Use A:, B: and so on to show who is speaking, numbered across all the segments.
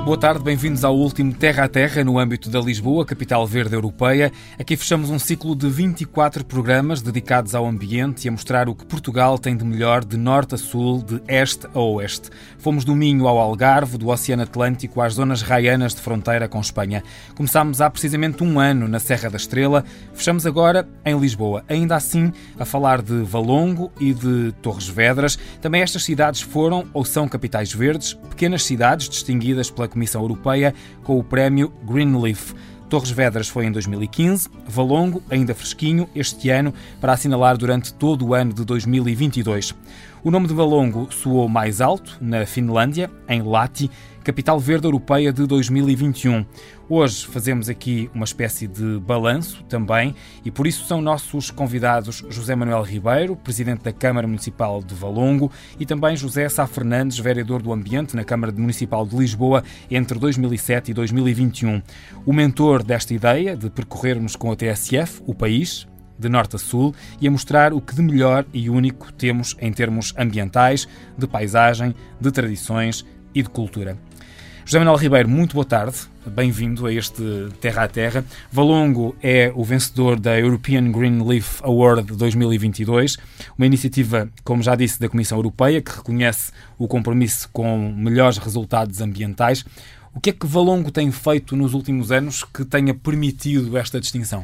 A: Boa tarde, bem-vindos ao último Terra a Terra no âmbito da Lisboa, capital verde europeia. Aqui fechamos um ciclo de 24 programas dedicados ao ambiente e a mostrar o que Portugal tem de melhor de norte a sul, de este a oeste. Fomos do Minho ao Algarve, do Oceano Atlântico às zonas raianas de fronteira com Espanha. Começámos há precisamente um ano na Serra da Estrela, fechamos agora em Lisboa. Ainda assim, a falar de Valongo e de Torres Vedras. Também estas cidades foram ou são capitais verdes, pequenas cidades distinguidas pela Comissão Europeia com o prémio Greenleaf. Torres Vedras foi em 2015, Valongo, ainda fresquinho, este ano, para assinalar durante todo o ano de 2022. O nome de Valongo soou mais alto na Finlândia, em Lahti, capital verde europeia de 2021. Hoje fazemos aqui uma espécie de balanço também e por isso são nossos convidados José Manuel Ribeiro, Presidente da Câmara Municipal de Valongo, e também José Sá Fernandes, Vereador do Ambiente na Câmara Municipal de Lisboa entre 2007 e 2021. O mentor desta ideia de percorrermos com a TSF o país, de norte a sul, e a mostrar o que de melhor e único temos em termos ambientais, de paisagem, de tradições e de cultura. José Manuel Ribeiro, muito boa tarde, bem-vindo a este Terra a Terra. Valongo é o vencedor da European Greenleaf Award 2022, uma iniciativa, como já disse, da Comissão Europeia, que reconhece o compromisso com melhores resultados ambientais. O que é que Valongo tem feito nos últimos anos que tenha permitido esta distinção?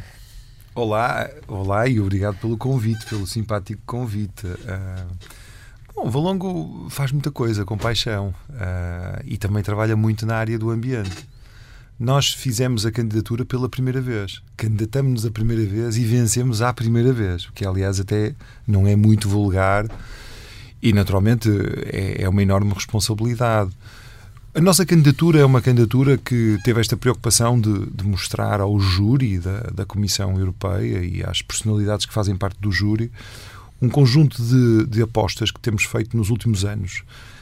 B: Olá e obrigado pelo convite, pelo simpático convite. Bom, Valongo faz muita coisa com paixão e também trabalha muito na área do ambiente. Nós fizemos a candidatura pela primeira vez. Candidatamos-nos a primeira vez e vencemos à primeira vez, o que aliás até não é muito vulgar e naturalmente é uma enorme responsabilidade. A nossa candidatura é uma candidatura que teve esta preocupação de mostrar ao júri da Comissão Europeia e às personalidades que fazem parte do júri um conjunto de apostas que temos feito nos últimos anos.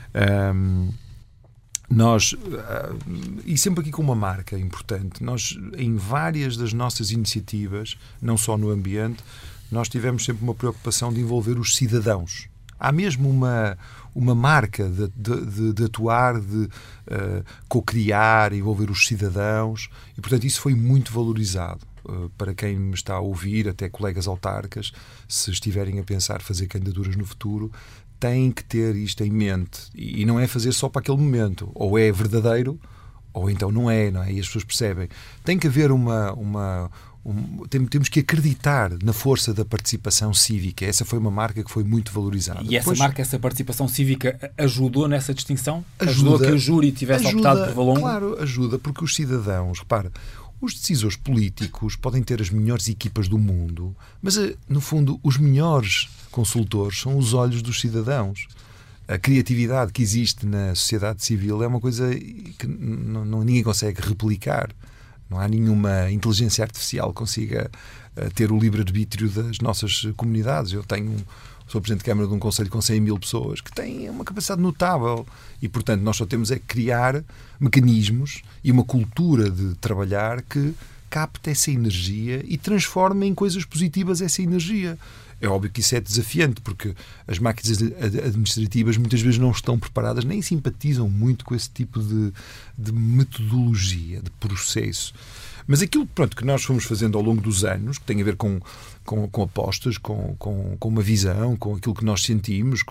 B: E sempre aqui com uma marca importante, nós em várias das nossas iniciativas, não só no ambiente, nós tivemos sempre uma preocupação de envolver os cidadãos. Há mesmo uma marca de atuar, de co-criar, envolver os cidadãos e, portanto, isso foi muito valorizado. Para quem me está a ouvir, até colegas autarcas, se estiverem a pensar fazer candidaturas no futuro, têm que ter isto em mente. E não é fazer só para aquele momento. Ou é verdadeiro, ou então não é? E as pessoas percebem. Tem que haver temos que acreditar na força da participação cívica. Essa foi uma marca que foi muito valorizada.
A: E essa participação cívica ajudou nessa distinção? Ajudou a que o júri tivesse optado por Valongo?
B: Claro, ajuda, porque os cidadãos, repara, os decisores políticos podem ter as melhores equipas do mundo, mas, no fundo, os melhores consultores são os olhos dos cidadãos. A criatividade que existe na sociedade civil é uma coisa que ninguém consegue replicar. Não há nenhuma inteligência artificial que consiga ter o livre-arbítrio das nossas comunidades. Sou Presidente de Câmara de um concelho com 100 mil pessoas que têm uma capacidade notável e, portanto, nós só temos é que criar mecanismos e uma cultura de trabalhar que capte essa energia e transforme em coisas positivas essa energia. É óbvio que isso é desafiante, porque as máquinas administrativas muitas vezes não estão preparadas, nem simpatizam muito com esse tipo de metodologia, de processo. Mas aquilo que nós fomos fazendo ao longo dos anos, que tem a ver com apostas, com uma visão, com aquilo que nós sentimos,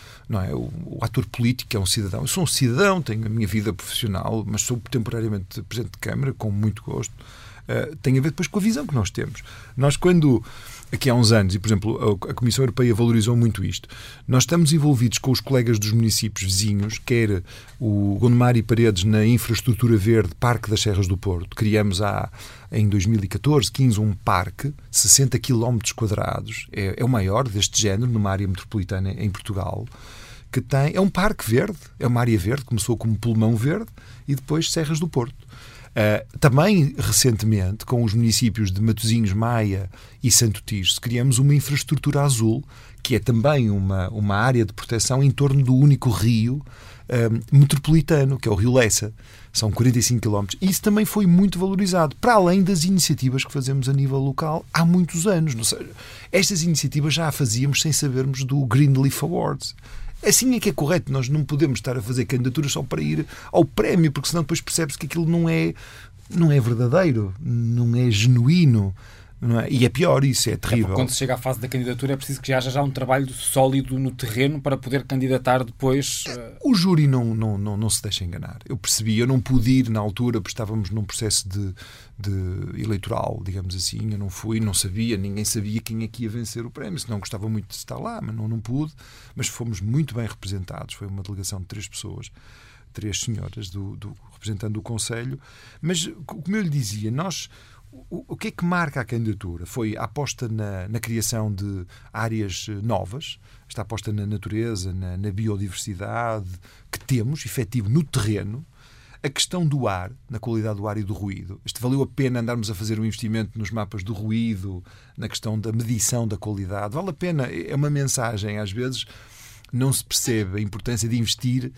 B: o ator político é um cidadão. Eu sou um cidadão, tenho a minha vida profissional, mas sou temporariamente Presidente de Câmara, com muito gosto. Tem a ver depois com a visão que nós temos. Nós, aqui há uns anos, e por exemplo a Comissão Europeia valorizou muito isto, nós estamos envolvidos com os colegas dos municípios vizinhos, quer o Gondomar e Paredes na infraestrutura verde Parque das Serras do Porto. Criamos em 2014, 15, um parque, 60 km quadrados, é o maior deste género numa área metropolitana em Portugal, que é um parque verde, é uma área verde, começou como Pulmão Verde e depois Serras do Porto. Também, recentemente, com os municípios de Matosinhos, Maia e Santo Tirso, criamos uma infraestrutura azul, que é também uma área de proteção em torno do único rio metropolitano, que é o Rio Lessa. São 45 km. E isso também foi muito valorizado, para além das iniciativas que fazemos a nível local há muitos anos. Ou seja, estas iniciativas já a fazíamos sem sabermos do Greenleaf Awards. Assim é que é correto. Nós não podemos estar a fazer candidaturas só para ir ao prémio, porque senão depois percebe-se que aquilo não é verdadeiro, não é genuíno. Não é? E é pior, isso é terrível.
A: Quando se chega à fase da candidatura é preciso que haja já um trabalho sólido no terreno para poder candidatar depois.
B: O júri não se deixa enganar. Eu percebi, eu não pude ir na altura porque estávamos num processo de eleitoral, digamos assim. Eu não fui, não sabia, ninguém sabia quem é que ia vencer o prémio. Senão gostava muito de estar lá, mas não pude. Mas fomos muito bem representados. Foi uma delegação de 3 pessoas, 3 senhoras representando o Conselho. Mas, como eu lhe dizia, o que é que marca a candidatura? Foi a aposta na criação de áreas novas, esta aposta na natureza, na biodiversidade que temos, efetivo, no terreno, a questão do ar, na qualidade do ar e do ruído. Valeu a pena andarmos a fazer um investimento nos mapas do ruído, na questão da medição da qualidade. Vale a pena, é uma mensagem, às vezes não se percebe a importância de investir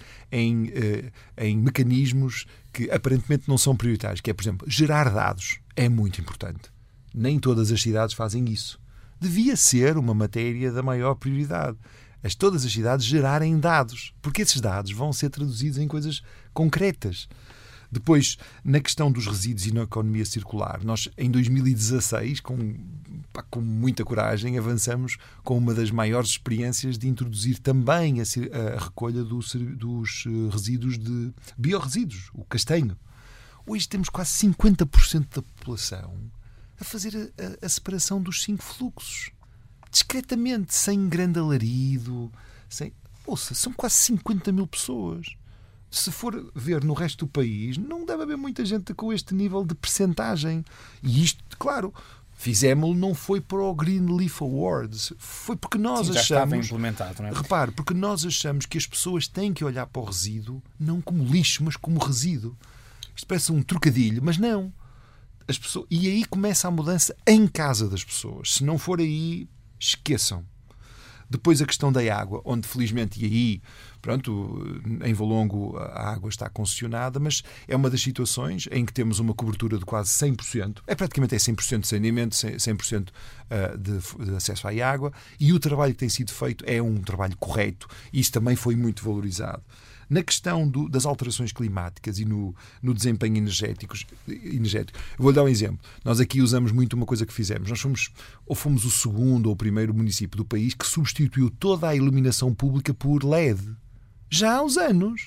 B: em mecanismos que aparentemente não são prioritários, que é, por exemplo, gerar dados. É muito importante. Nem todas as cidades fazem isso. Devia ser uma matéria da maior prioridade. Todas as cidades gerarem dados, porque esses dados vão ser traduzidos em coisas concretas. Depois, na questão dos resíduos e na economia circular, nós, em 2016, com muita coragem, avançamos com uma das maiores experiências de introduzir também a recolha dos resíduos de biorresíduos, o castanho. Hoje temos quase 50% da população a fazer a separação dos 5 fluxos. Discretamente, sem grande alarido. São quase 50 mil pessoas. Se for ver no resto do país, não deve haver muita gente com este nível de percentagem. E isto, claro, fizemos-lo não foi para o Green Leaf Awards. Foi porque nós achamos... Já
A: estava implementado, não é?
B: Repare, porque nós achamos que as pessoas têm que olhar para o resíduo não como lixo, mas como resíduo. Isto parece um trocadilho, mas não. E aí começa a mudança em casa das pessoas. Se não for aí, esqueçam. Depois a questão da água, onde felizmente, e aí, pronto, em Valongo a água está concessionada, mas é uma das situações em que temos uma cobertura de quase 100%, praticamente 100% de saneamento, 100% de acesso à água, e o trabalho que tem sido feito é um trabalho correto, e isso também foi muito valorizado. Na questão das alterações climáticas e no desempenho energético, eu vou dar um exemplo. Nós aqui usamos muito uma coisa que fizemos. Nós fomos o segundo ou o primeiro município do país que substituiu toda a iluminação pública por LED. Já há uns anos.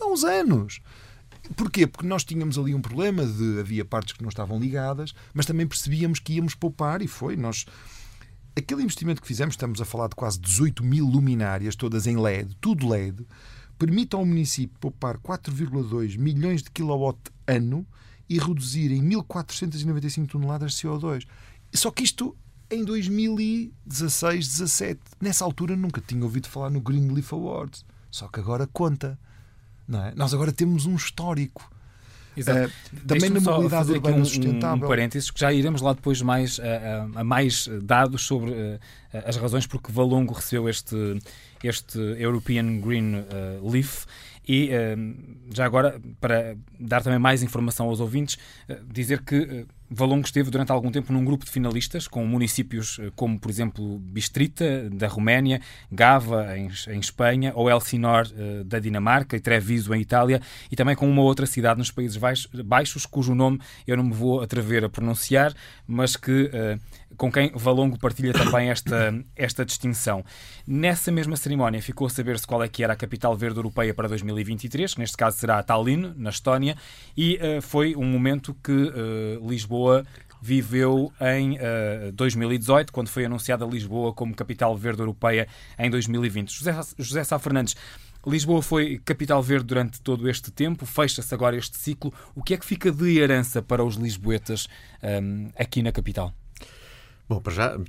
B: Porquê? Porque nós tínhamos ali um problema havia partes que não estavam ligadas, mas também percebíamos que íamos poupar e foi. Aquele investimento que fizemos, estamos a falar de quase 18 mil luminárias, todas em LED, tudo LED, permite ao município poupar 4,2 milhões de quilowatt-ano e reduzir em 1.495 toneladas de CO2. Só que isto em 2016, 17. Nessa altura nunca tinha ouvido falar no Green Leaf Awards. Só que agora conta. Não é? Nós agora temos um histórico.
A: Exato.
B: Também na mobilidade urbana sustentável.
A: Um parênteses, que já iremos lá depois a mais dados sobre as razões porque Valongo recebeu este European Green Leaf. E já agora, para dar também mais informação aos ouvintes, dizer que Valongo esteve durante algum tempo num grupo de finalistas com municípios como, por exemplo, Bistrita, da Roménia, Gava, em Espanha, ou Elsinor, da Dinamarca, e Treviso, em Itália, e também com uma outra cidade nos Países Baixos, cujo nome eu não me vou atrever a pronunciar, mas que com quem Valongo partilha também esta distinção. Nessa mesma cerimónia ficou a saber-se qual é que era a capital verde europeia para 2023, que neste caso será Tallinn, na Estónia, e foi um momento que Lisboa viveu em 2018, quando foi anunciada Lisboa como capital verde europeia em 2020. José Sá Fernandes, Lisboa foi capital verde durante todo este tempo, fecha-se agora este ciclo. O que é que fica de herança para os lisboetas aqui na capital?
C: Bom, para já,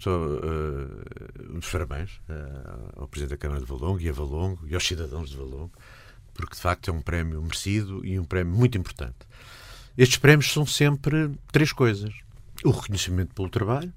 C: uns parabéns ao Presidente da Câmara de Valongo e a Valongo e aos cidadãos de Valongo, porque de facto é um prémio merecido e um prémio muito importante. Estes prémios são sempre 3 coisas: o reconhecimento pelo trabalho,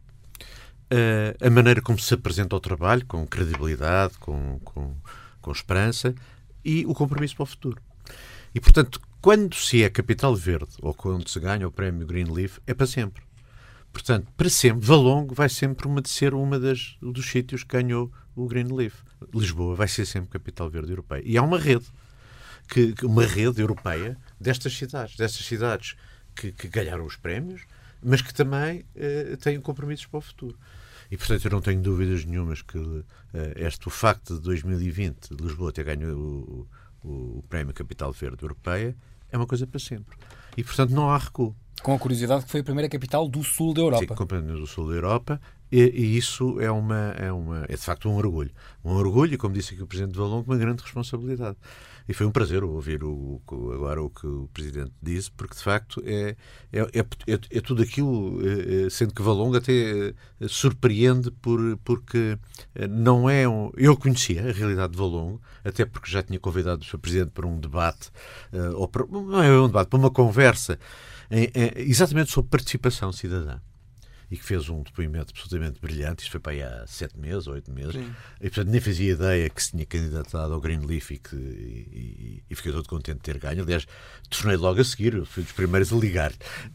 C: a maneira como se apresenta o trabalho, com credibilidade, com esperança, e o compromisso para o futuro. E, portanto, quando se é capital verde ou quando se ganha o prémio Green Leaf, é para sempre. Portanto, para sempre, Valongo vai sempre ser dos sítios que ganhou o Greenleaf. Lisboa vai ser sempre capital verde europeia. E há uma rede europeia destas cidades que ganharam os prémios, mas que também têm compromissos para o futuro. E, portanto, eu não tenho dúvidas nenhumas que o facto de 2020 de Lisboa ter ganho o prémio Capital Verde Europeia é uma coisa para sempre. E, portanto, não há recuo.
A: Com a curiosidade que foi a primeira capital do sul da Europa.
C: Sim, compreendendo do sul da Europa. E isso é de facto um orgulho. Um orgulho, e como disse aqui o Presidente de Valongo, uma grande responsabilidade. E foi um prazer ouvir agora o que o Presidente disse, porque de facto é tudo aquilo, sendo que Valongo até surpreende porque não é eu conhecia a realidade de Valongo, até porque já tinha convidado o Sr. Presidente para um debate, não é um debate, para uma conversa exatamente sobre participação cidadã. E que fez um depoimento absolutamente brilhante. Isto foi para aí há 7 meses, 8 meses. Sim. E, portanto, nem fazia ideia que se tinha candidatado ao Greenleaf e fiquei todo contente de ter ganho. Aliás, tornei logo a seguir. Eu fui dos primeiros a ligar.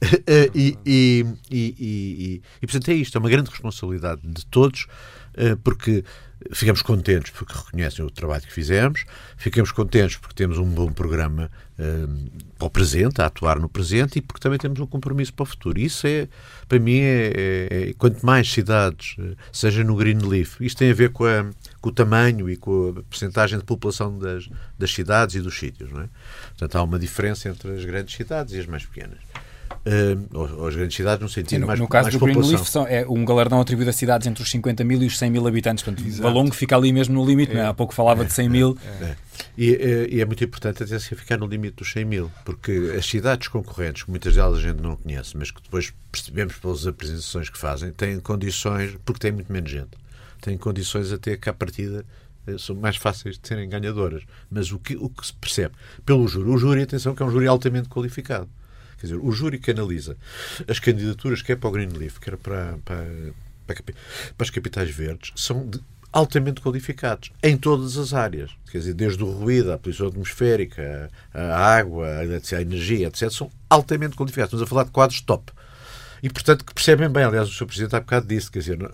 C: Portanto, é isto. É uma grande responsabilidade de todos, porque ficamos contentes porque reconhecem o trabalho que fizemos, ficamos contentes porque temos um bom programa para o presente, a atuar no presente, e porque também temos um compromisso para o futuro. Isso para mim, quanto mais cidades, seja no Greenleaf, isto tem a ver com o tamanho e com a percentagem de população das cidades e dos sítios, não é? Portanto, há uma diferença entre as grandes cidades e as mais pequenas. Ou as grandes cidades no sentido mais
A: no caso
C: mais
A: do Greenleaf é um galardão atribuído a cidades entre os 50 mil e os 100 mil habitantes. Portanto, Valongo fica ali mesmo no limite. Não é? Há pouco falava de 100 mil.
C: E é muito importante até ficar no limite dos 100 mil, porque as cidades concorrentes, que muitas delas a gente não conhece, mas que depois percebemos pelas apresentações que fazem, têm condições, porque têm muito menos gente, têm condições até que à partida são mais fáceis de serem ganhadoras. Mas o que se percebe pelo júri, atenção, que é um júri altamente qualificado. Quer dizer, o júri que analisa as candidaturas, quer para o Greenleaf, quer para as capitais verdes, são altamente qualificados em todas as áreas. Quer dizer, desde o ruído, a poluição atmosférica, a água, a energia, etc., são altamente qualificados. Estamos a falar de quadros top. E, portanto, que percebem bem. Aliás, o Sr. Presidente há bocado disse, quer dizer,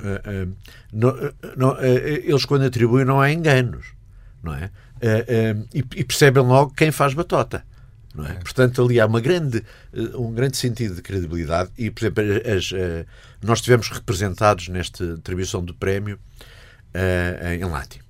C: eles quando atribuem não há enganos, não é? E percebem logo quem faz batota. Não é? Portanto, ali há um grande sentido de credibilidade e, por exemplo, nós estivemos representados nesta atribuição do prémio em Lati.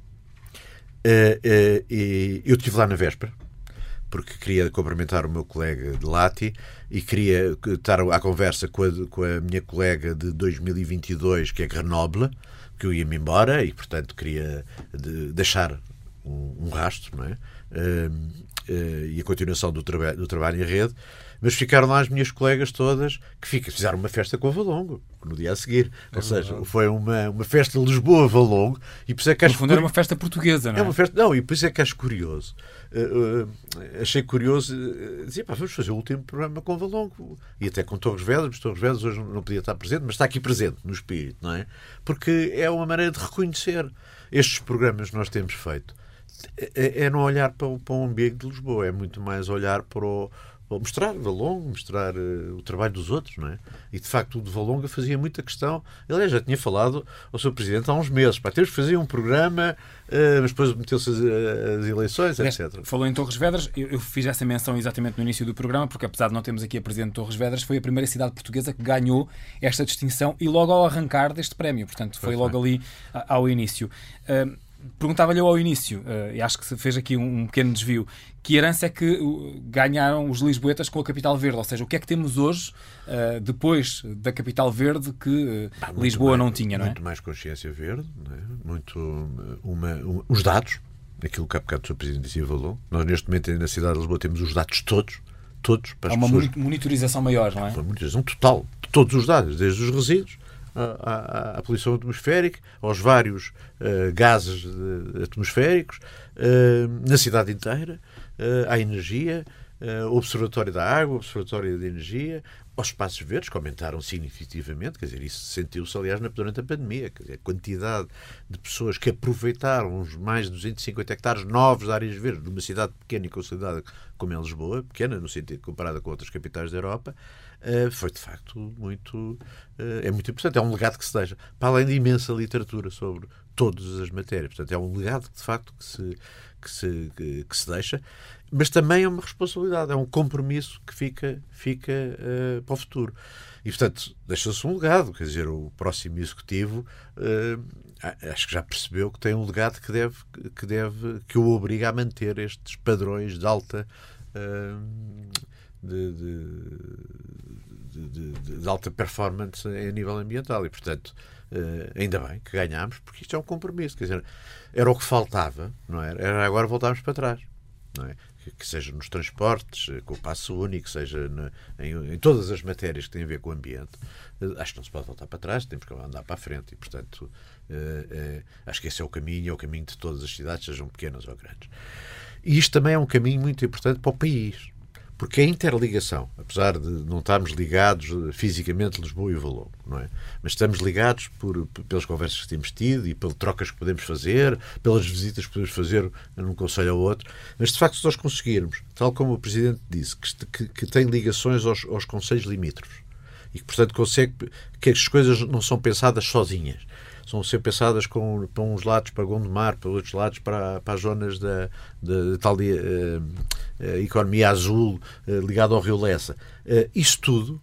C: E eu estive lá na véspera, porque queria cumprimentar o meu colega de Lati e queria estar à conversa com a minha colega de 2022, que é Grenoble, que eu ia-me embora e, portanto, queria deixar um rastro, não é? E a continuação do trabalho em rede, mas ficaram lá as minhas colegas todas que fizeram uma festa com a Valongo no dia a seguir. Ou seja, foi uma festa de Lisboa-Valongo, e por isso é que
A: no fundo era uma festa portuguesa, não é?
C: É uma festa, não, e por isso é que acho curioso. Achei curioso dizer, vamos fazer o último programa com Valongo, e até com Torres Vedras, mas Torres Vedras hoje não podia estar presente, mas está aqui presente no espírito, não é? Porque é uma maneira de reconhecer estes programas que nós temos feito. É não olhar para o ambiente de Lisboa, é muito mais olhar para mostrar Valongo, mostrar o trabalho dos outros, não é? E de facto o de Valongo fazia muita questão. Aliás, já tinha falado ao Sr. Presidente há uns meses, temos que fazer um programa, mas depois meteu-se as eleições, etc.
A: Falou em Torres Vedras, eu fiz essa menção exatamente no início do programa, porque apesar de não termos aqui a Presidente de Torres Vedras, foi a primeira cidade portuguesa que ganhou esta distinção e logo ao arrancar deste prémio, portanto foi logo ali ao início. Perguntava-lhe ao início, e acho que se fez aqui um pequeno desvio, que herança é que ganharam os lisboetas com a Capital Verde? Ou seja, o que é que temos hoje, depois da Capital Verde, que Lisboa não tinha, não é?
C: Muito mais consciência verde, não é? Os dados, aquilo que há bocado o Sr. Presidente dizia, Valongo. Nós neste momento na cidade de Lisboa temos os dados todos para as
A: pessoas. Há uma monitorização maior, não é?
C: Uma monitorização total de todos os dados, desde os resíduos à poluição atmosférica, aos vários gases atmosféricos, na cidade inteira, à energia, o Observatório da Água, o Observatório da Energia, aos espaços verdes, que aumentaram significativamente, quer dizer, isso sentiu-se, aliás, durante a pandemia, quer dizer, a quantidade de pessoas que aproveitaram os mais de 250 hectares novos de áreas verdes, numa cidade pequena e consolidada como é Lisboa, pequena no sentido comparada com outras capitais da Europa, foi de facto muito importante. É um legado que se deixa, para além de imensa literatura sobre todas as matérias. Portanto, é um legado de facto que se deixa, mas também é uma responsabilidade, é um compromisso que fica para o futuro. E, portanto, deixa-se um legado. Quer dizer, o próximo executivo acho que já percebeu que tem um legado que o obriga a manter estes padrões de alta de alta performance a nível ambiental. E, portanto, ainda bem que ganhámos, porque isto é um compromisso. Quer dizer, era o que faltava, não era? Era agora voltarmos para trás, não é? Que seja nos transportes, com o passo único, seja em todas as matérias que têm a ver com o ambiente. Acho que não se pode voltar para trás, temos que andar para a frente. E, portanto, acho que esse é o caminho de todas as cidades, sejam pequenas ou grandes. E isto também é um caminho muito importante para o país, porque a interligação, apesar de não estarmos ligados fisicamente Lisboa e Valongo, não é? Mas estamos ligados pelas conversas que temos tido e pelas trocas que podemos fazer, pelas visitas que podemos fazer num concelho ao outro. Mas, de facto, se nós conseguirmos, tal como o Presidente disse, que tem ligações aos concelhos limítrofes e que, portanto, consegue que as coisas não são pensadas sozinhas, são a ser pensadas para uns lados para Gondomar, para outros lados para as zonas da tal economia azul ligada ao Rio Lessa. Isso tudo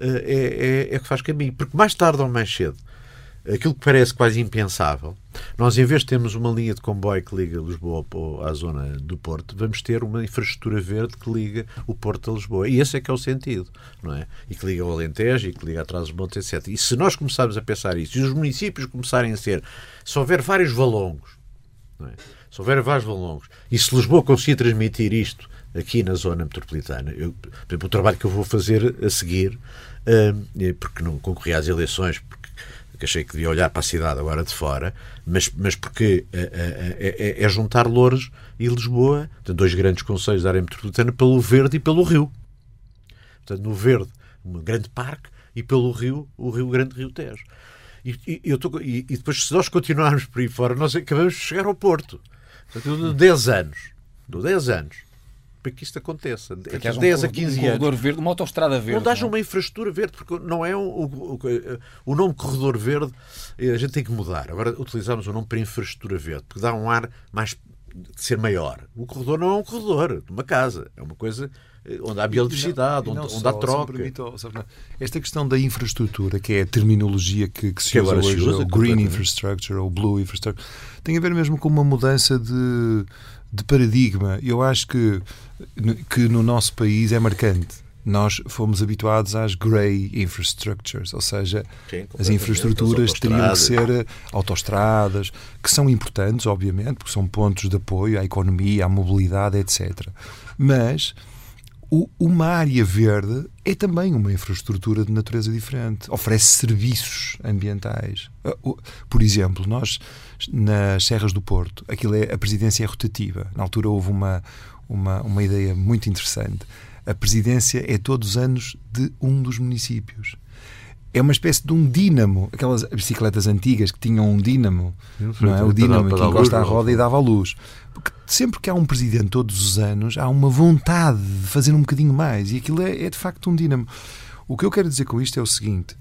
C: é que faz caminho. Porque mais tarde ou mais cedo, aquilo que parece quase impensável, nós, em vez de termos uma linha de comboio que liga Lisboa à zona do Porto, vamos ter uma infraestrutura verde que liga o Porto a Lisboa. E esse é que é o sentido, não é? E que liga o Alentejo, e que liga a Trás-os-Montes, etc. E se nós começarmos a pensar isso, e os municípios começarem a ser, se houver vários valongos, não é? Se houver vários valongos, e se Lisboa conseguir transmitir isto aqui na zona metropolitana, por exemplo, o trabalho que eu vou fazer a seguir, porque não concorri às eleições, porque achei que devia olhar para a cidade agora de fora, mas porque é juntar Loures e Lisboa, portanto, dois grandes concelhos da área metropolitana, pelo verde e pelo rio. Portanto, no verde, um grande parque, e pelo rio, o grande Rio Tejo. E depois, se nós continuarmos por aí fora, nós acabamos de chegar ao Porto. Portanto, eu dou 10 anos para que isto aconteça.
A: Para que haja
C: 10 a 15 anos.
A: Um corredor verde, uma autoestrada verde.
C: Onde haja uma infraestrutura verde, porque não é o nome corredor verde, a gente tem que mudar. Agora utilizamos o nome para infraestrutura verde, porque dá um ar mais de ser maior. O corredor não é um corredor de uma casa, é uma coisa onde há biodiversidade, onde há troca.
B: Esta questão da infraestrutura, que é a terminologia que se usa hoje, o green infrastructure ou blue infrastructure, tem a ver mesmo com uma mudança de paradigma. Eu acho que no nosso país é marcante. Nós fomos habituados às grey infrastructures, ou seja, as infraestruturas teriam que ser autoestradas, que são importantes, obviamente, porque são pontos de apoio à economia, à mobilidade, etc. Mas uma área verde é também uma infraestrutura de natureza diferente. Oferece serviços ambientais. Por exemplo, nós, nas Serras do Porto, a presidência é rotativa. Na altura houve uma ideia muito interessante. A presidência é todos os anos de um dos municípios. É uma espécie de um dínamo. Aquelas bicicletas antigas que tinham um dínamo, não é? O dínamo que encosta à roda e dava a luz. Porque sempre que há um presidente todos os anos, há uma vontade de fazer um bocadinho mais. E aquilo é de facto um dínamo. O que eu quero dizer com isto é o seguinte.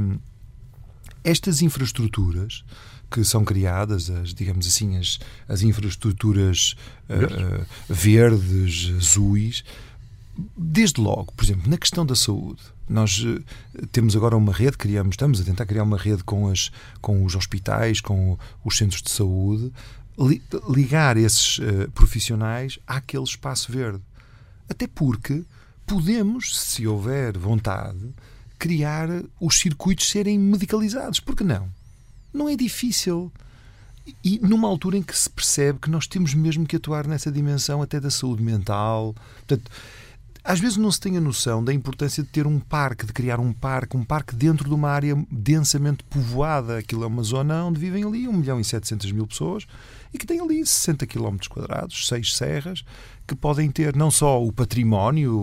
B: Estas infraestruturas que são criadas, digamos assim, as infraestruturas verdes, azuis, desde logo, por exemplo, na questão da saúde, nós temos agora uma rede, estamos a tentar criar uma rede com os hospitais, com os centros de saúde, ligar esses profissionais àquele espaço verde. Até porque podemos, se houver vontade, criar os circuitos serem medicalizados. Por que não? Não é difícil. E numa altura em que se percebe que nós temos mesmo que atuar nessa dimensão até da saúde mental. Portanto, às vezes não se tem a noção da importância de ter um parque, de criar um parque dentro de uma área densamente povoada. Aquilo é uma zona onde vivem ali 1.700.000 pessoas e que tem ali 60 km², 6 serras, que podem ter não só o património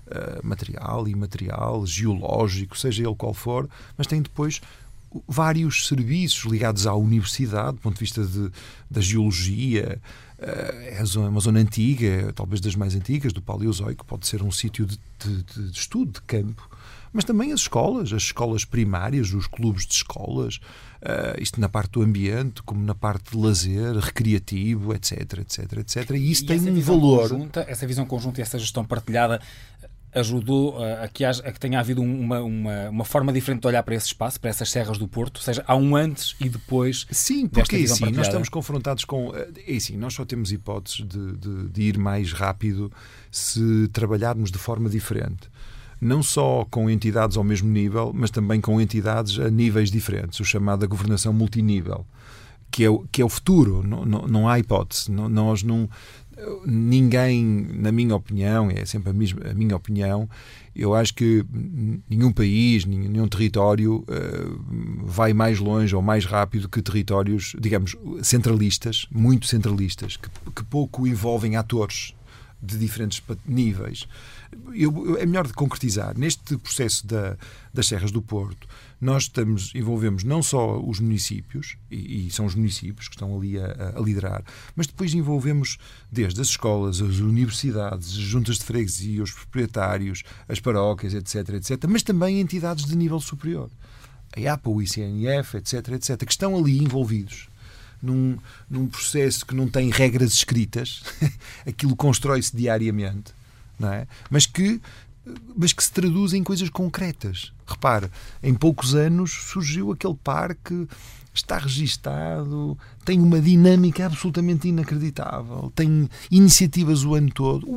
B: material, imaterial, geológico, seja ele qual for, mas tem depois vários serviços ligados à universidade, do ponto de vista da geologia. É uma zona antiga, talvez das mais antigas, do Paleozoico, pode ser um sítio de estudo, de campo, mas também as escolas primárias, os clubes de escolas, isto na parte do ambiente, como na parte de lazer, recreativo, etc. E isso tem um valor.
A: Essa visão conjunta e essa gestão partilhada ajudou a que tenha havido uma forma diferente de olhar para esse espaço, para essas serras do Porto? Ou seja, há um antes e depois.
B: Sim, porque assim, nós estamos confrontados com. Assim, nós só temos hipóteses de ir mais rápido se trabalharmos de forma diferente. Não só com entidades ao mesmo nível, mas também com entidades a níveis diferentes, o chamado governação multinível, que é o futuro. Não há hipótese. Ninguém, na minha opinião, é sempre a minha opinião, eu acho que nenhum país, nenhum território vai mais longe ou mais rápido que territórios, digamos, centralistas, muito centralistas, que pouco envolvem atores de diferentes níveis. É melhor de concretizar. Neste processo das Serras do Porto, nós envolvemos não só os municípios, e são os municípios que estão ali a liderar, mas depois envolvemos desde as escolas, as universidades, as juntas de freguesia, os proprietários, as paróquias, etc., mas também entidades de nível superior. A IAPA, o ICNF, etc., que estão ali envolvidos num processo que não tem regras escritas. Aquilo constrói-se diariamente, não é? Mas que se traduz em coisas concretas. Repara, em poucos anos surgiu aquele parque, está registado, tem uma dinâmica absolutamente inacreditável, tem iniciativas o ano todo.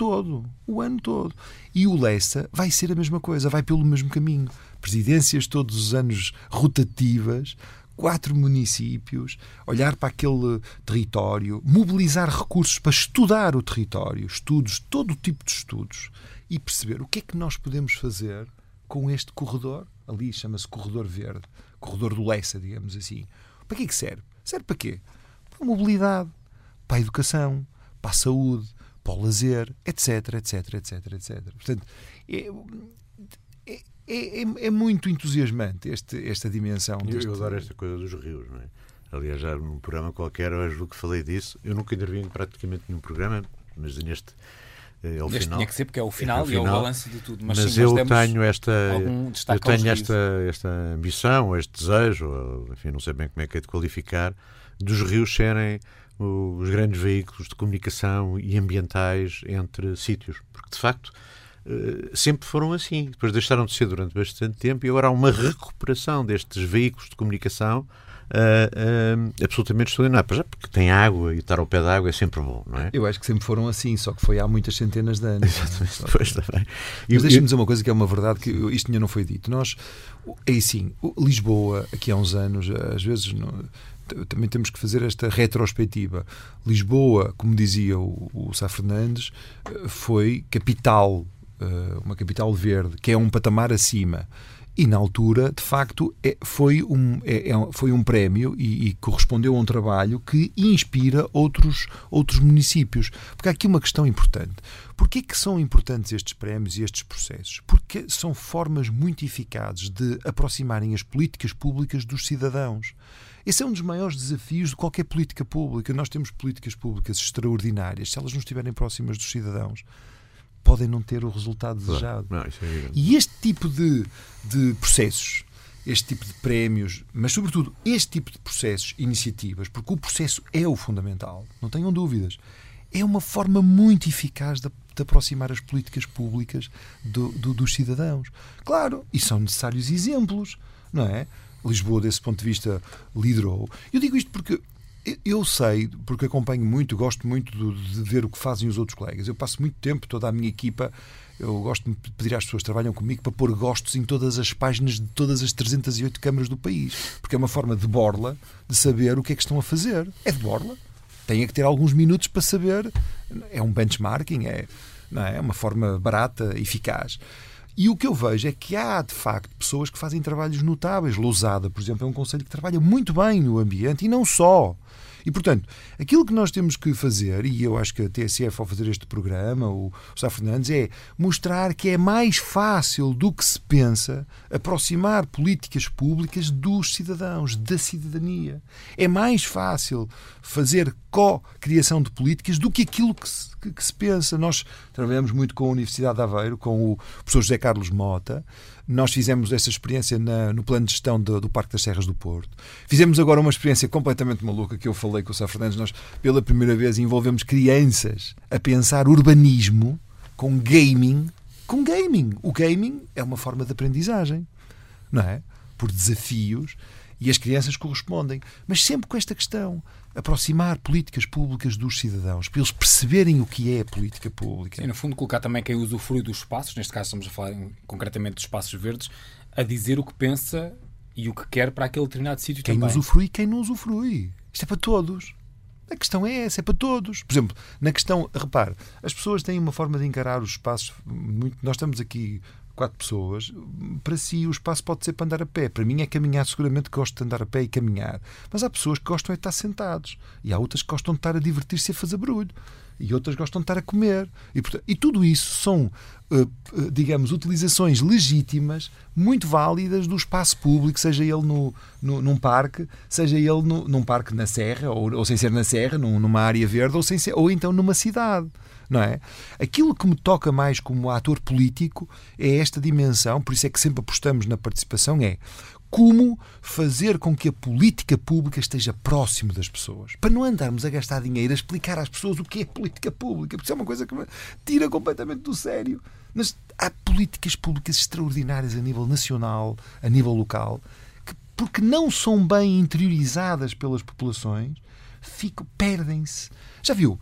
B: E o Lessa vai ser a mesma coisa, vai pelo mesmo caminho. Presidências todos os anos rotativas, 4 municípios, olhar para aquele território, mobilizar recursos para estudar o território, todo tipo de estudos, e perceber o que é que nós podemos fazer com este corredor, ali chama-se Corredor Verde, Corredor do Lessa, digamos assim. Para que é que serve? Serve para quê? Para a mobilidade, para a educação, para a saúde, para o lazer, etc. Portanto, é muito entusiasmante esta dimensão.
C: Eu adoro esta coisa dos rios, não é? Aliás, já num programa qualquer, eu acho que falei disso. Eu nunca intervi em praticamente nenhum programa, mas neste ao final.
A: Tinha que ser, porque é o final e é o balanço de tudo. Mas sim,
C: eu tenho esta ambição, este desejo, enfim, não sei bem como é que é de qualificar, dos rios serem os grandes veículos de comunicação e ambientais entre sítios. Porque, de facto, sempre foram assim. Depois deixaram de ser durante bastante tempo e agora há uma recuperação destes veículos de comunicação absolutamente extraordinário. Já porque tem água e estar ao pé da água é sempre bom, não é?
B: Eu acho que sempre foram assim, só que foi há muitas centenas de anos.
C: Exatamente, depois também.
B: Mas deixa-me dizer uma coisa que é uma verdade, que isto ainda não foi dito. Nós, é assim, Lisboa, aqui há uns anos, às vezes também temos que fazer esta retrospectiva. Lisboa, como dizia o Sá Fernandes, foi capital, uma capital verde, que é um patamar acima. E na altura, de facto, foi um prémio e correspondeu a um trabalho que inspira outros municípios. Porque há aqui uma questão importante. Porquê que são importantes estes prémios e estes processos? Porque são formas muito eficazes de aproximarem as políticas públicas dos cidadãos. Esse é um dos maiores desafios de qualquer política pública. Nós temos políticas públicas extraordinárias. Se elas não estiverem próximas dos cidadãos, podem não ter o resultado desejado.
C: Não, isso é
B: e este tipo de processos, este tipo de prémios, mas sobretudo este tipo de processos, iniciativas, porque o processo é o fundamental, não tenham dúvidas, é uma forma muito eficaz de aproximar as políticas públicas dos cidadãos. Claro, e são necessários exemplos, não é? Lisboa, desse ponto de vista, liderou. Eu digo isto porque eu sei, porque acompanho muito, gosto muito de ver o que fazem os outros colegas. Eu passo muito tempo, toda a minha equipa, eu gosto de pedir às pessoas que trabalham comigo para pôr gostos em todas as páginas de todas as 308 câmaras do país. Porque é uma forma de borla de saber o que é que estão a fazer. É de borla. Tem que ter alguns minutos para saber. É um benchmarking, não é uma forma barata, eficaz. E o que eu vejo é que há, de facto, pessoas que fazem trabalhos notáveis. Lousada, por exemplo, é um concelho que trabalha muito bem no ambiente e não só. E, portanto, aquilo que nós temos que fazer, e eu acho que a TSF, ao fazer este programa, o Sá Fernandes, é mostrar que é mais fácil do que se pensa aproximar políticas públicas dos cidadãos, da cidadania. É mais fácil fazer co-criação de políticas do que aquilo que se pensa. Nós trabalhamos muito com a Universidade de Aveiro, com o professor José Carlos Mota. Nós fizemos essa experiência no plano de gestão do Parque das Serras do Porto. Fizemos agora uma experiência completamente maluca que eu falei com o Sá Fernandes. Nós, pela primeira vez, envolvemos crianças a pensar urbanismo com gaming. Com gaming. O gaming é uma forma de aprendizagem, não é? Por desafios, e as crianças correspondem. Mas sempre com esta questão, aproximar políticas públicas dos cidadãos, para eles perceberem o que é a política pública.
A: E, no fundo, colocar também quem usufrui dos espaços, neste caso estamos a falar concretamente dos espaços verdes, a dizer o que pensa e o que quer para aquele determinado sítio também.
B: Quem usufrui e quem não usufrui. Isto é para todos. A questão é essa, é para todos. Por exemplo, na questão, repare, as pessoas têm uma forma de encarar os espaços muito... Nós estamos aqui 4 pessoas, para si o espaço pode ser para andar a pé. Para mim é caminhar, seguramente gosto de andar a pé e caminhar. Mas há pessoas que gostam de estar sentados. E há outras que gostam de estar a divertir-se e a fazer barulho. E outras gostam de estar a comer. E tudo isso são, digamos, utilizações legítimas, muito válidas do espaço público, seja ele num parque, seja ele num parque na serra, ou sem ser na serra, numa área verde, ou então numa cidade. Não é? Aquilo que me toca mais como ator político é esta dimensão, por isso é que sempre apostamos na participação, é como fazer com que a política pública esteja próximo das pessoas. Para não andarmos a gastar dinheiro a explicar às pessoas o que é política pública, porque isso é uma coisa que me tira completamente do sério. Mas há políticas públicas extraordinárias a nível nacional, a nível local, que, porque não são bem interiorizadas pelas populações, perdem-se. Já viu?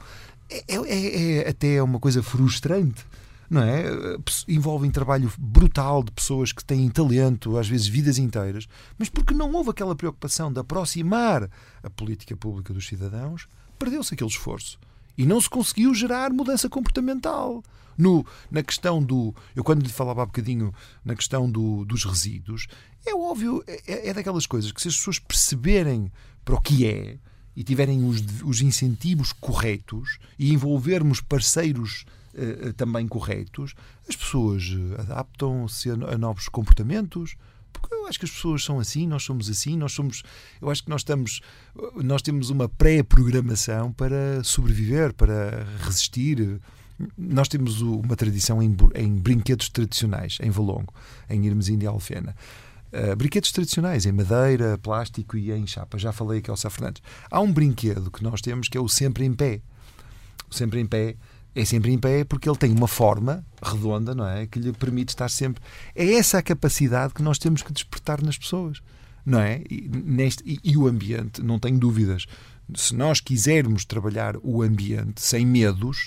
B: É até uma coisa frustrante, não é? Envolvem trabalho brutal de pessoas que têm talento, às vezes vidas inteiras, mas porque não houve aquela preocupação de aproximar a política pública dos cidadãos, perdeu-se aquele esforço. E não se conseguiu gerar mudança comportamental. Na questão do... Eu quando lhe falava há bocadinho na questão dos resíduos, é óbvio, é daquelas coisas que se as pessoas perceberem para o que é, e tiverem os incentivos corretos e envolvermos parceiros também corretos, as pessoas adaptam-se a novos comportamentos, porque eu acho que as pessoas são assim, nós somos assim, eu acho que nós temos uma pré-programação para sobreviver, para resistir. Nós temos uma tradição em brinquedos tradicionais, em Valongo, em Irmezinho de Alfena. Brinquedos tradicionais em madeira, plástico e em chapa. Já falei aqui ao Sá Fernandes. Há um brinquedo que nós temos que é o sempre em pé. O sempre em pé é sempre em pé porque ele tem uma forma redonda, não é? Que lhe permite estar sempre... É essa a capacidade que nós temos que despertar nas pessoas, não é? E o ambiente, não tenho dúvidas. Se nós quisermos trabalhar o ambiente sem medos,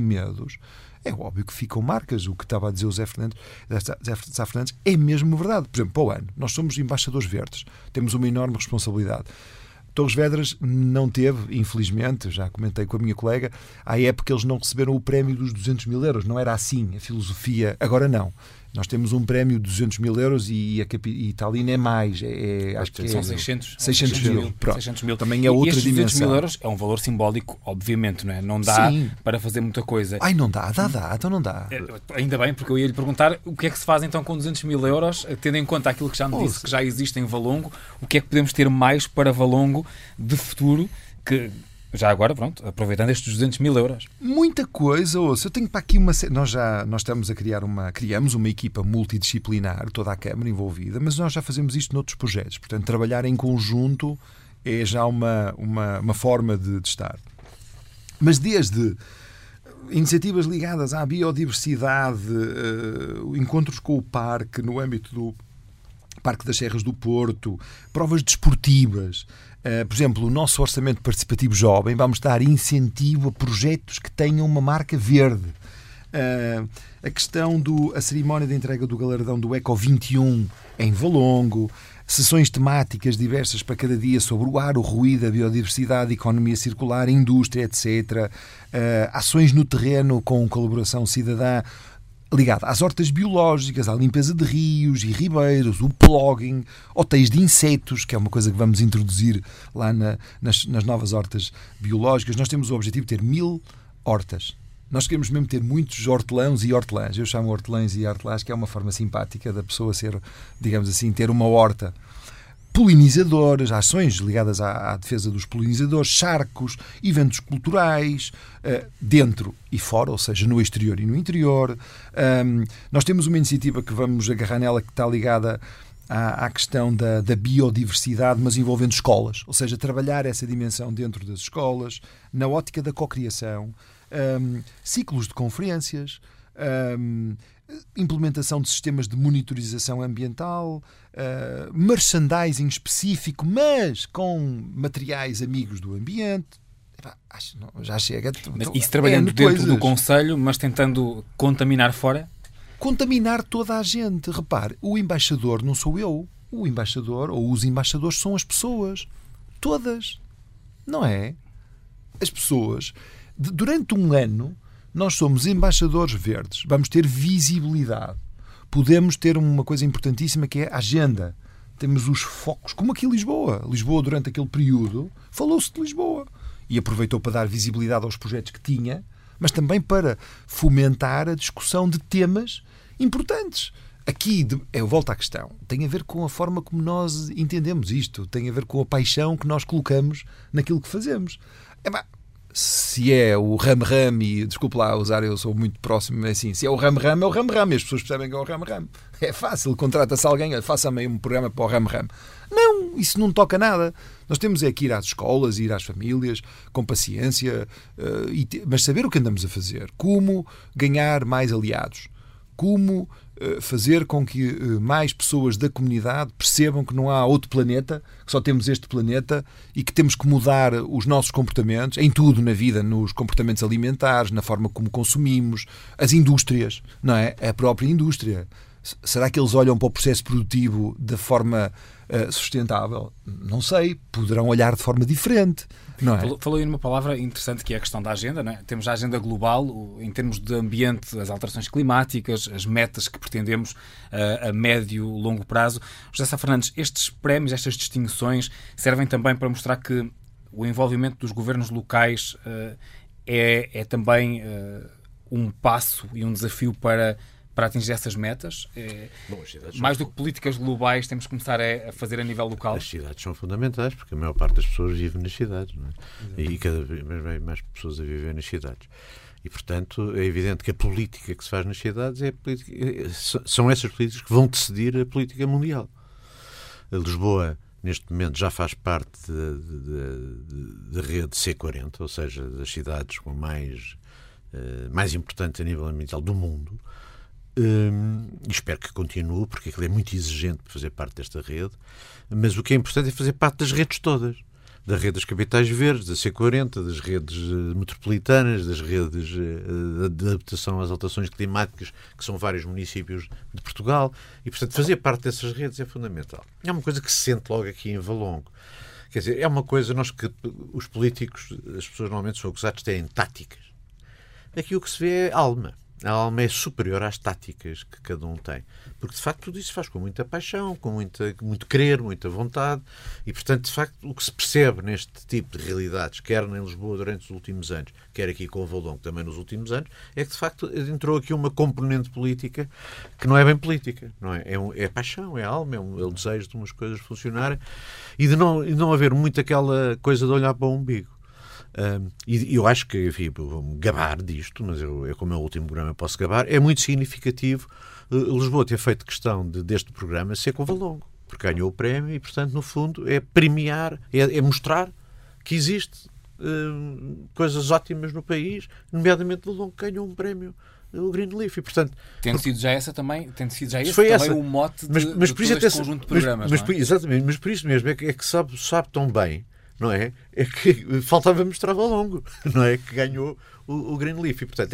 B: é óbvio que ficam marcas. O que estava a dizer o Sá Fernandes é mesmo verdade. Por exemplo, para o ano, nós somos embaixadores verdes. Temos uma enorme responsabilidade. Torres Vedras não teve, infelizmente, já comentei com a minha colega, à época eles não receberam o prémio dos 200 mil euros. Não era assim a filosofia. Agora não. Nós temos um prémio de 200 mil euros e Italina é mais. Acho que
A: são 600 mil.
B: 600 mil. Também é outra dimensão. 200
A: mil euros é um valor simbólico, obviamente, não é? Não dá para fazer muita coisa.
B: Ai, não dá. Então não dá.
A: Ainda bem, porque eu ia lhe perguntar o que é que se faz então com 200 mil euros, tendo em conta aquilo que já me disse, que já existe em Valongo, o que é que podemos ter mais para Valongo de futuro que... Já agora, pronto, aproveitando estes 200 mil euros.
B: Muita coisa, ouça, eu tenho para aqui nós estamos a criamos uma equipa multidisciplinar, toda a Câmara envolvida, mas nós já fazemos isto noutros projetos. Portanto, trabalhar em conjunto é já uma forma de estar. Mas desde iniciativas ligadas à biodiversidade, encontros com o parque, no âmbito do Parque das Serras do Porto, provas desportivas. Por exemplo, o nosso orçamento participativo jovem, vamos dar incentivo a projetos que tenham uma marca verde. A questão a cerimónia de entrega do galardão do Eco 21 em Valongo, sessões temáticas diversas para cada dia sobre o ar, o ruído, a biodiversidade, a economia circular, a indústria, etc. Ações no terreno com colaboração cidadã. ligada às hortas biológicas, à limpeza de rios e ribeiros, o plogging, hotéis de insetos, que é uma coisa que vamos introduzir lá nas novas hortas biológicas. Nós temos o objetivo de ter 1000 hortas. Nós queremos mesmo ter muitos hortelãos e hortelãs. Eu chamo hortelãs e hortelãs, que é uma forma simpática da pessoa ser, digamos assim, ter uma horta. Polinizadores, ações ligadas à defesa dos polinizadores, charcos, eventos culturais, dentro e fora, ou seja, no exterior e no interior. Nós temos uma iniciativa que vamos agarrar nela, que está ligada à questão da biodiversidade, mas envolvendo escolas, ou seja, trabalhar essa dimensão dentro das escolas, na ótica da cocriação, ciclos de conferências, implementação de sistemas de monitorização ambiental, merchandising específico, mas com materiais amigos do ambiente. Já chega.
A: Mas isso trabalhando dentro do Conselho, mas tentando contaminar fora?
B: Contaminar toda a gente. Repare, o embaixador não sou eu. O embaixador ou os embaixadores são as pessoas. Todas. Não é? As pessoas. Durante um ano, nós somos embaixadores verdes. Vamos ter visibilidade. Podemos ter uma coisa importantíssima, que é a agenda. Temos os focos, como aqui em Lisboa. Lisboa, durante aquele período, falou-se de Lisboa. E aproveitou para dar visibilidade aos projetos que tinha, mas também para fomentar a discussão de temas importantes. Aqui, eu volto à questão, tem a ver com a forma como nós entendemos isto, tem a ver com a paixão que nós colocamos naquilo que fazemos. Se é o ram-ram, e desculpe lá usar, eu sou muito próximo, assim, se é o ram-ram, é o ram-ram, e as pessoas percebem que é o ram-ram. É fácil, contrata-se alguém, faça-me um programa para o ram-ram. Não, isso não toca nada. Nós temos é que ir às escolas, ir às famílias, com paciência, mas saber o que andamos a fazer. Como ganhar mais aliados. Como fazer com que mais pessoas da comunidade percebam que não há outro planeta, que só temos este planeta e que temos que mudar os nossos comportamentos, em tudo na vida, nos comportamentos alimentares, na forma como consumimos, as indústrias, não é? A própria indústria. Será que eles olham para o processo produtivo de forma sustentável? Não sei. Poderão olhar de forma diferente, não é?
A: Falou aí numa palavra interessante, que é a questão da agenda, não é? Temos a agenda global, em termos de ambiente, as alterações climáticas, as metas que pretendemos a médio e longo prazo. José Sá Fernandes, estes prémios, estas distinções, servem também para mostrar que o envolvimento dos governos locais é também um passo e um desafio para atingir essas metas? Mais do que políticas globais, temos que começar a fazer a nível local?
C: As cidades são fundamentais, porque a maior parte das pessoas vive nas cidades, não é? E cada vez mais pessoas a viver nas cidades. E, portanto, é evidente que a política que se faz nas cidades são essas políticas que vão decidir a política mundial. A Lisboa, neste momento, já faz parte da rede C40, ou seja, das cidades com mais importantes a nível ambiental do mundo. E espero que continue, porque aquilo é muito exigente para fazer parte desta rede, mas o que é importante é fazer parte das redes todas, da rede das capitais verdes, da C40, das redes metropolitanas, das redes de adaptação às alterações climáticas, que são vários municípios de Portugal, e portanto fazer parte dessas redes é fundamental. É uma coisa que se sente logo aqui em Valongo. Quer dizer, é uma coisa, que os políticos, as pessoas normalmente são acusados de terem táticas. Aqui o que se vê é alma. A alma é superior às táticas que cada um tem. Porque, de facto, tudo isso se faz com muita paixão, com muito querer, muita vontade. E, portanto, de facto, o que se percebe neste tipo de realidades, quer em Lisboa durante os últimos anos, quer aqui com o Valongo também nos últimos anos, é que, de facto, entrou aqui uma componente política que não é bem política. Não é? É paixão, é alma, é o desejo de umas coisas funcionarem e de não haver muito aquela coisa de olhar para o umbigo. E eu acho que, enfim, vou-me gabar disto, mas como é o último programa, posso gabar. É muito significativo Lisboa ter feito questão deste programa ser com o Valongo, porque ganhou o prémio e, portanto, no fundo, é premiar, é mostrar que existe coisas ótimas no país, nomeadamente Valongo ganhou um prémio, o Greenleaf, e portanto...
A: Tendo sido já esse também o mote de todo este conjunto de programas,
C: exatamente, mas por isso mesmo é que sabe tão bem, não é? É que faltava mostrar Valongo, não é? Que ganhou o Greenleaf. E, portanto,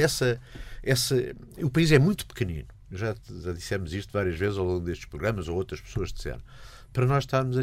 C: o país é muito pequenino. Já dissemos isto várias vezes ao longo destes programas, ou outras pessoas disseram. Para nós estarmos a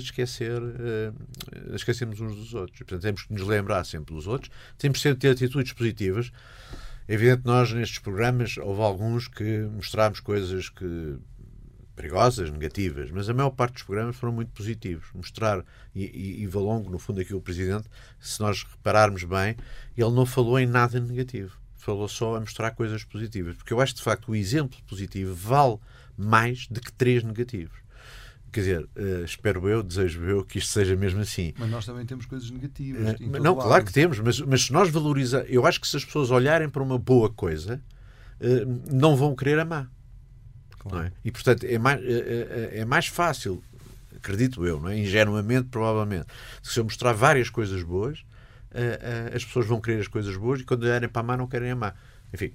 C: esquecermos uns dos outros. E, portanto, temos que nos lembrar sempre dos outros. Temos que ter atitudes positivas. É evidente que nós, nestes programas, houve alguns que mostrámos coisas perigosas, negativas, mas a maior parte dos programas foram muito positivos. Mostrar, e Valongo, no fundo, aqui o Presidente, se nós repararmos bem, ele não falou em nada negativo. Falou só a mostrar coisas positivas. Porque eu acho, de facto, o exemplo positivo vale mais do que 3 negativos. Quer dizer, espero eu, desejo eu que isto seja mesmo assim.
B: Mas nós também temos coisas negativas.
C: Não, claro que temos, mas se nós valorizamos... Eu acho que se as pessoas olharem para uma boa coisa, não vão querer amar. Claro. Não é? E, portanto, é mais fácil, acredito eu, não é? Ingenuamente, provavelmente, se eu mostrar várias coisas boas, as pessoas vão querer as coisas boas e quando olharem para amar não querem amar. Enfim,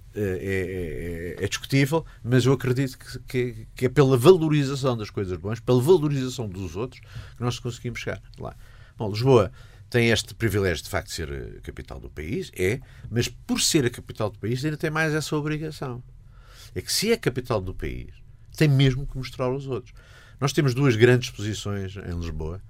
C: é discutível, mas eu acredito que é pela valorização das coisas boas, pela valorização dos outros, que nós conseguimos chegar lá. Bom, Lisboa tem este privilégio de facto de ser a capital do país, mas por ser a capital do país ainda tem mais essa obrigação. É que se é a capital do país, tem mesmo que mostrar aos outros. Nós temos 2 grandes exposições em Lisboa,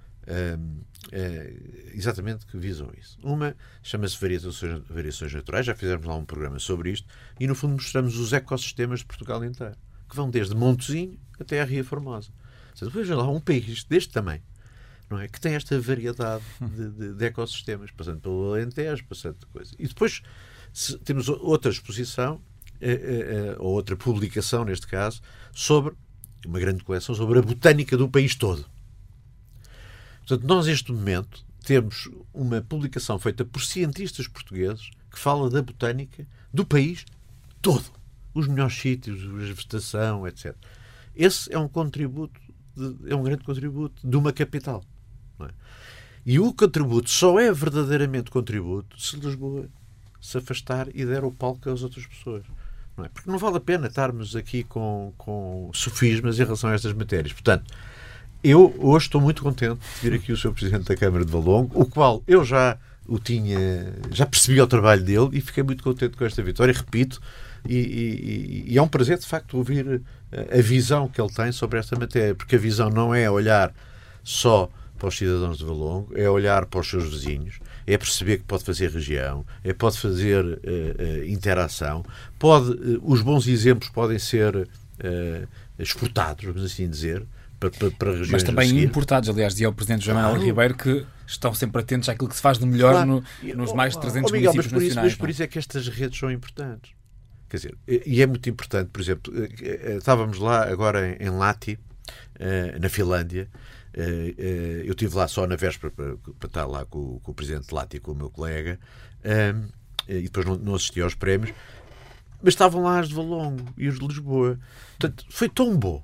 C: exatamente que visam isso. Uma chama-se Variações Naturais, já fizemos lá um programa sobre isto, e no fundo mostramos os ecossistemas de Portugal inteiro, que vão desde Montezinho até à Ria Formosa. Veja lá, um país deste tamanho, não é? Que tem esta variedade de ecossistemas, passando pelo Alentejo, passando de coisa. E depois temos outra exposição, ou outra publicação, neste caso, sobre uma grande coleção sobre a botânica do país todo. Portanto, nós, neste momento, temos uma publicação feita por cientistas portugueses que fala da botânica do país todo. Os melhores sítios, a vegetação, etc. Esse é um contributo, é um grande contributo de uma capital. Não é? E o contributo só é verdadeiramente contributo se Lisboa se afastar e der o palco às outras pessoas. Não é? Porque não vale a pena estarmos aqui com sofismas em relação a estas matérias. Portanto, eu hoje estou muito contente de vir aqui o Sr. Presidente da Câmara de Valongo, o qual eu já percebi o trabalho dele e fiquei muito contente com esta vitória, repito, e é um prazer, de facto, ouvir a visão que ele tem sobre esta matéria, porque a visão não é olhar só para os cidadãos de Valongo, é olhar para os seus vizinhos, é perceber que pode fazer região, pode fazer interação, os bons exemplos podem ser exportados, vamos assim dizer, para regiões.
A: Mas também importados, aliás, dizia o Presidente João Manuel Ribeiro que estão sempre atentos àquilo que se faz de melhor nos mais de 300
C: Miguel,
A: municípios nacionais.
C: Mas por isso é que estas redes são importantes. Quer dizer, e é muito importante, por exemplo, estávamos lá agora em Lahti, na Finlândia. Eu estive lá só na véspera para estar lá com o Presidente de Lahti, com o meu colega, e depois não assisti aos prémios, mas estavam lá as de Valongo e os de Lisboa. Portanto, foi tão bom.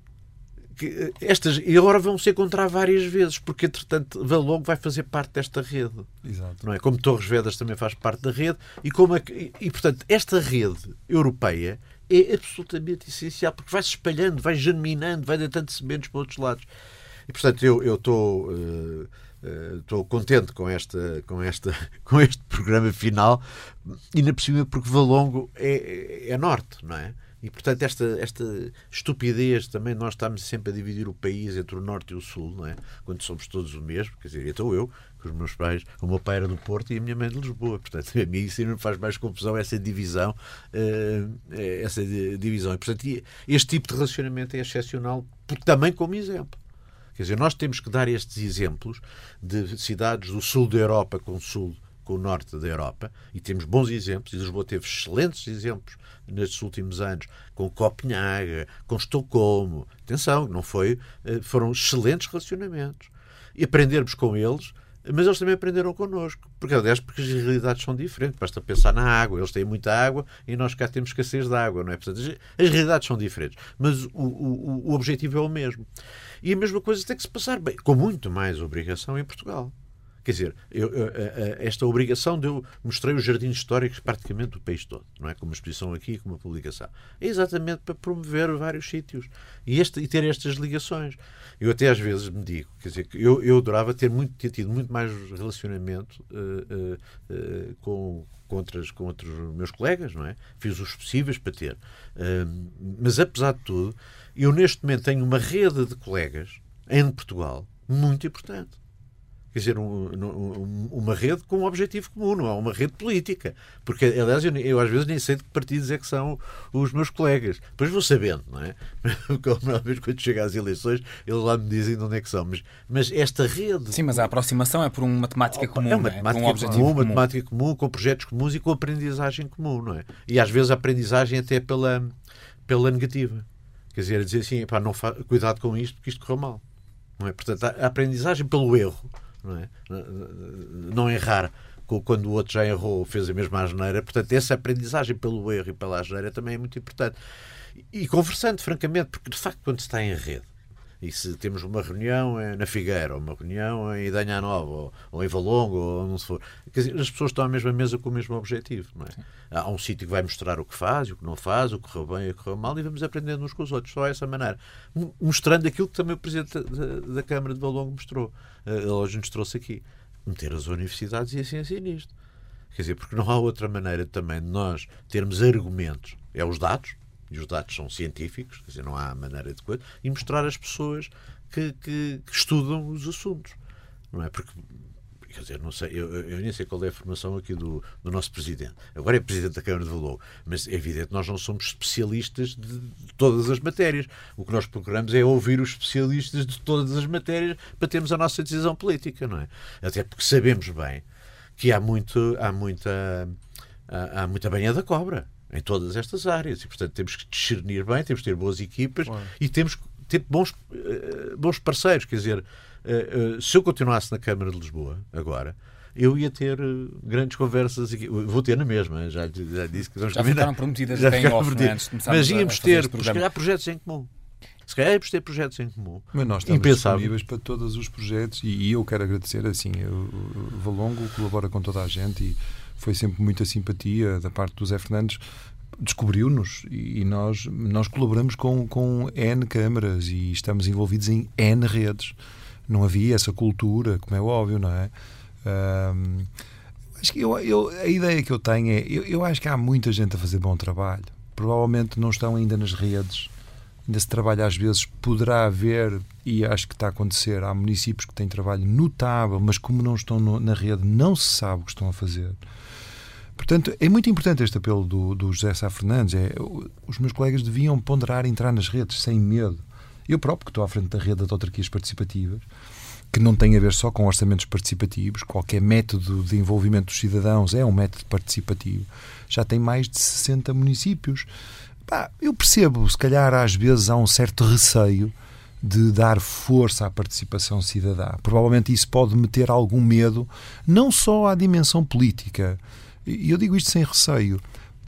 C: E agora vão se encontrar várias vezes, porque entretanto Valongo vai fazer parte desta rede.
B: Exato.
C: Não é? Como Torres Vedras também faz parte da rede, e portanto esta rede europeia é absolutamente essencial, porque vai se espalhando, vai germinando, vai deitando sementes para outros lados. E portanto eu estou contente com este programa final, e ainda por cima porque Valongo é norte, não é? E, portanto, esta estupidez também, nós estamos sempre a dividir o país entre o norte e o sul, não é? Quando somos todos o mesmo, quer dizer, então eu, com os meus pais, o meu pai era do Porto e a minha mãe de Lisboa, portanto, a mim isso me faz mais confusão, essa divisão. E, portanto, este tipo de relacionamento é excepcional, porque também como exemplo. Quer dizer, nós temos que dar estes exemplos de cidades do sul da Europa com o norte da Europa, e temos bons exemplos, e Lisboa teve excelentes exemplos nestes últimos anos, com Copenhaga, com Estocolmo. Atenção, foram excelentes relacionamentos. E aprendermos com eles, mas eles também aprenderam connosco. Porque as realidades são diferentes. Basta pensar na água. Eles têm muita água e nós cá temos escassez de água, não é? Portanto, as realidades são diferentes. Mas o objetivo é o mesmo. E a mesma coisa tem que se passar bem, com muito mais obrigação em Portugal. Quer dizer, esta obrigação de eu mostrei os jardins históricos praticamente do país todo, não é? Com uma exposição aqui, com uma publicação. É exatamente para promover vários sítios e ter estas ligações. Eu até às vezes me digo, quer dizer, que eu adorava ter tido muito mais relacionamento com outros meus colegas, não é? Fiz os possíveis para ter. Mas apesar de tudo, eu neste momento tenho uma rede de colegas em Portugal muito importante. Quer dizer, uma rede com um objetivo comum, não é uma rede política. Porque, aliás, eu às vezes nem sei de que partidos é que são os meus colegas. Depois vou sabendo, não é? Normalmente quando chega às eleições, eles lá me dizem de onde é que são. Mas esta rede...
A: Sim, mas a aproximação é por uma temática comum,
C: é uma temática
A: por um objetivo comum.
C: Uma temática comum, com projetos comuns e com aprendizagem comum, não é? E às vezes a aprendizagem até pela negativa. Quer dizer, dizer assim, pá, cuidado com isto, porque isto correu mal. Não é? Portanto, a aprendizagem pelo erro, não é? Não errar quando o outro já errou ou fez a mesma asneira. Portanto, essa aprendizagem pelo erro e pela asneira também é muito importante. E conversando, francamente, porque de facto quando se está em rede, e se temos uma reunião na Figueira, ou uma reunião em Idanha Nova, ou em Valongo, ou não se for, quer dizer, as pessoas estão à mesma mesa com o mesmo objetivo, não é? Há um sítio que vai mostrar o que faz, o que não faz, o que correu bem e o que correu mal, e vamos aprendendo uns com os outros, só dessa maneira. Mostrando aquilo que também o Presidente da Câmara de Valongo mostrou. Ele hoje nos trouxe aqui. Meter as universidades e a ciência nisto. Quer dizer, porque não há outra maneira também de nós termos argumentos. É os dados, e os dados são científicos, quer dizer, não há maneira de coisa, e mostrar às pessoas que estudam os assuntos. Não é? Porque, quer dizer, não sei, eu nem sei qual é a formação aqui do nosso Presidente. Agora é Presidente da Câmara de Valongo, mas é evidente que nós não somos especialistas de todas as matérias. O que nós procuramos é ouvir os especialistas de todas as matérias para termos a nossa decisão política, não é? Até porque sabemos bem que há muita banha da cobra em todas estas áreas e, portanto, temos que discernir bem, temos que ter boas equipas e temos que ter bons parceiros. Quer dizer, se eu continuasse na Câmara de Lisboa agora, eu ia ter grandes conversas aqui. Vou ter na mesma, já disse que
A: já ficaram prometidas até em off, né, antes de começarmos.
C: Mas íamos ter, se calhar, projetos em comum. Se calhar íamos ter projetos em comum.
B: Mas nós estamos disponíveis para todos os projetos e eu quero agradecer, assim, o Valongo colabora com toda a gente e foi sempre muita simpatia da parte do Zé Fernandes, descobriu-nos e nós colaboramos com N câmaras e estamos envolvidos em N redes. Não havia essa cultura, como é óbvio, não é? Acho que a ideia que eu tenho é, eu acho que há muita gente a fazer bom trabalho. Provavelmente não estão ainda nas redes, ainda se trabalha às vezes, poderá haver, e acho que está a acontecer, há municípios que têm trabalho notável, mas como não estão na rede, não se sabe o que estão a fazer. Portanto, é muito importante este apelo do José Sá Fernandes. Os meus colegas deviam ponderar entrar nas redes sem medo. Eu próprio, que estou à frente da rede de autarquias participativas, que não tem a ver só com orçamentos participativos, qualquer método de envolvimento dos cidadãos é um método participativo, já tem mais de 60 municípios. Eu percebo, se calhar às vezes há um certo receio de dar força à participação cidadã. Provavelmente isso pode meter algum medo, não só à dimensão política. E eu digo isto sem receio.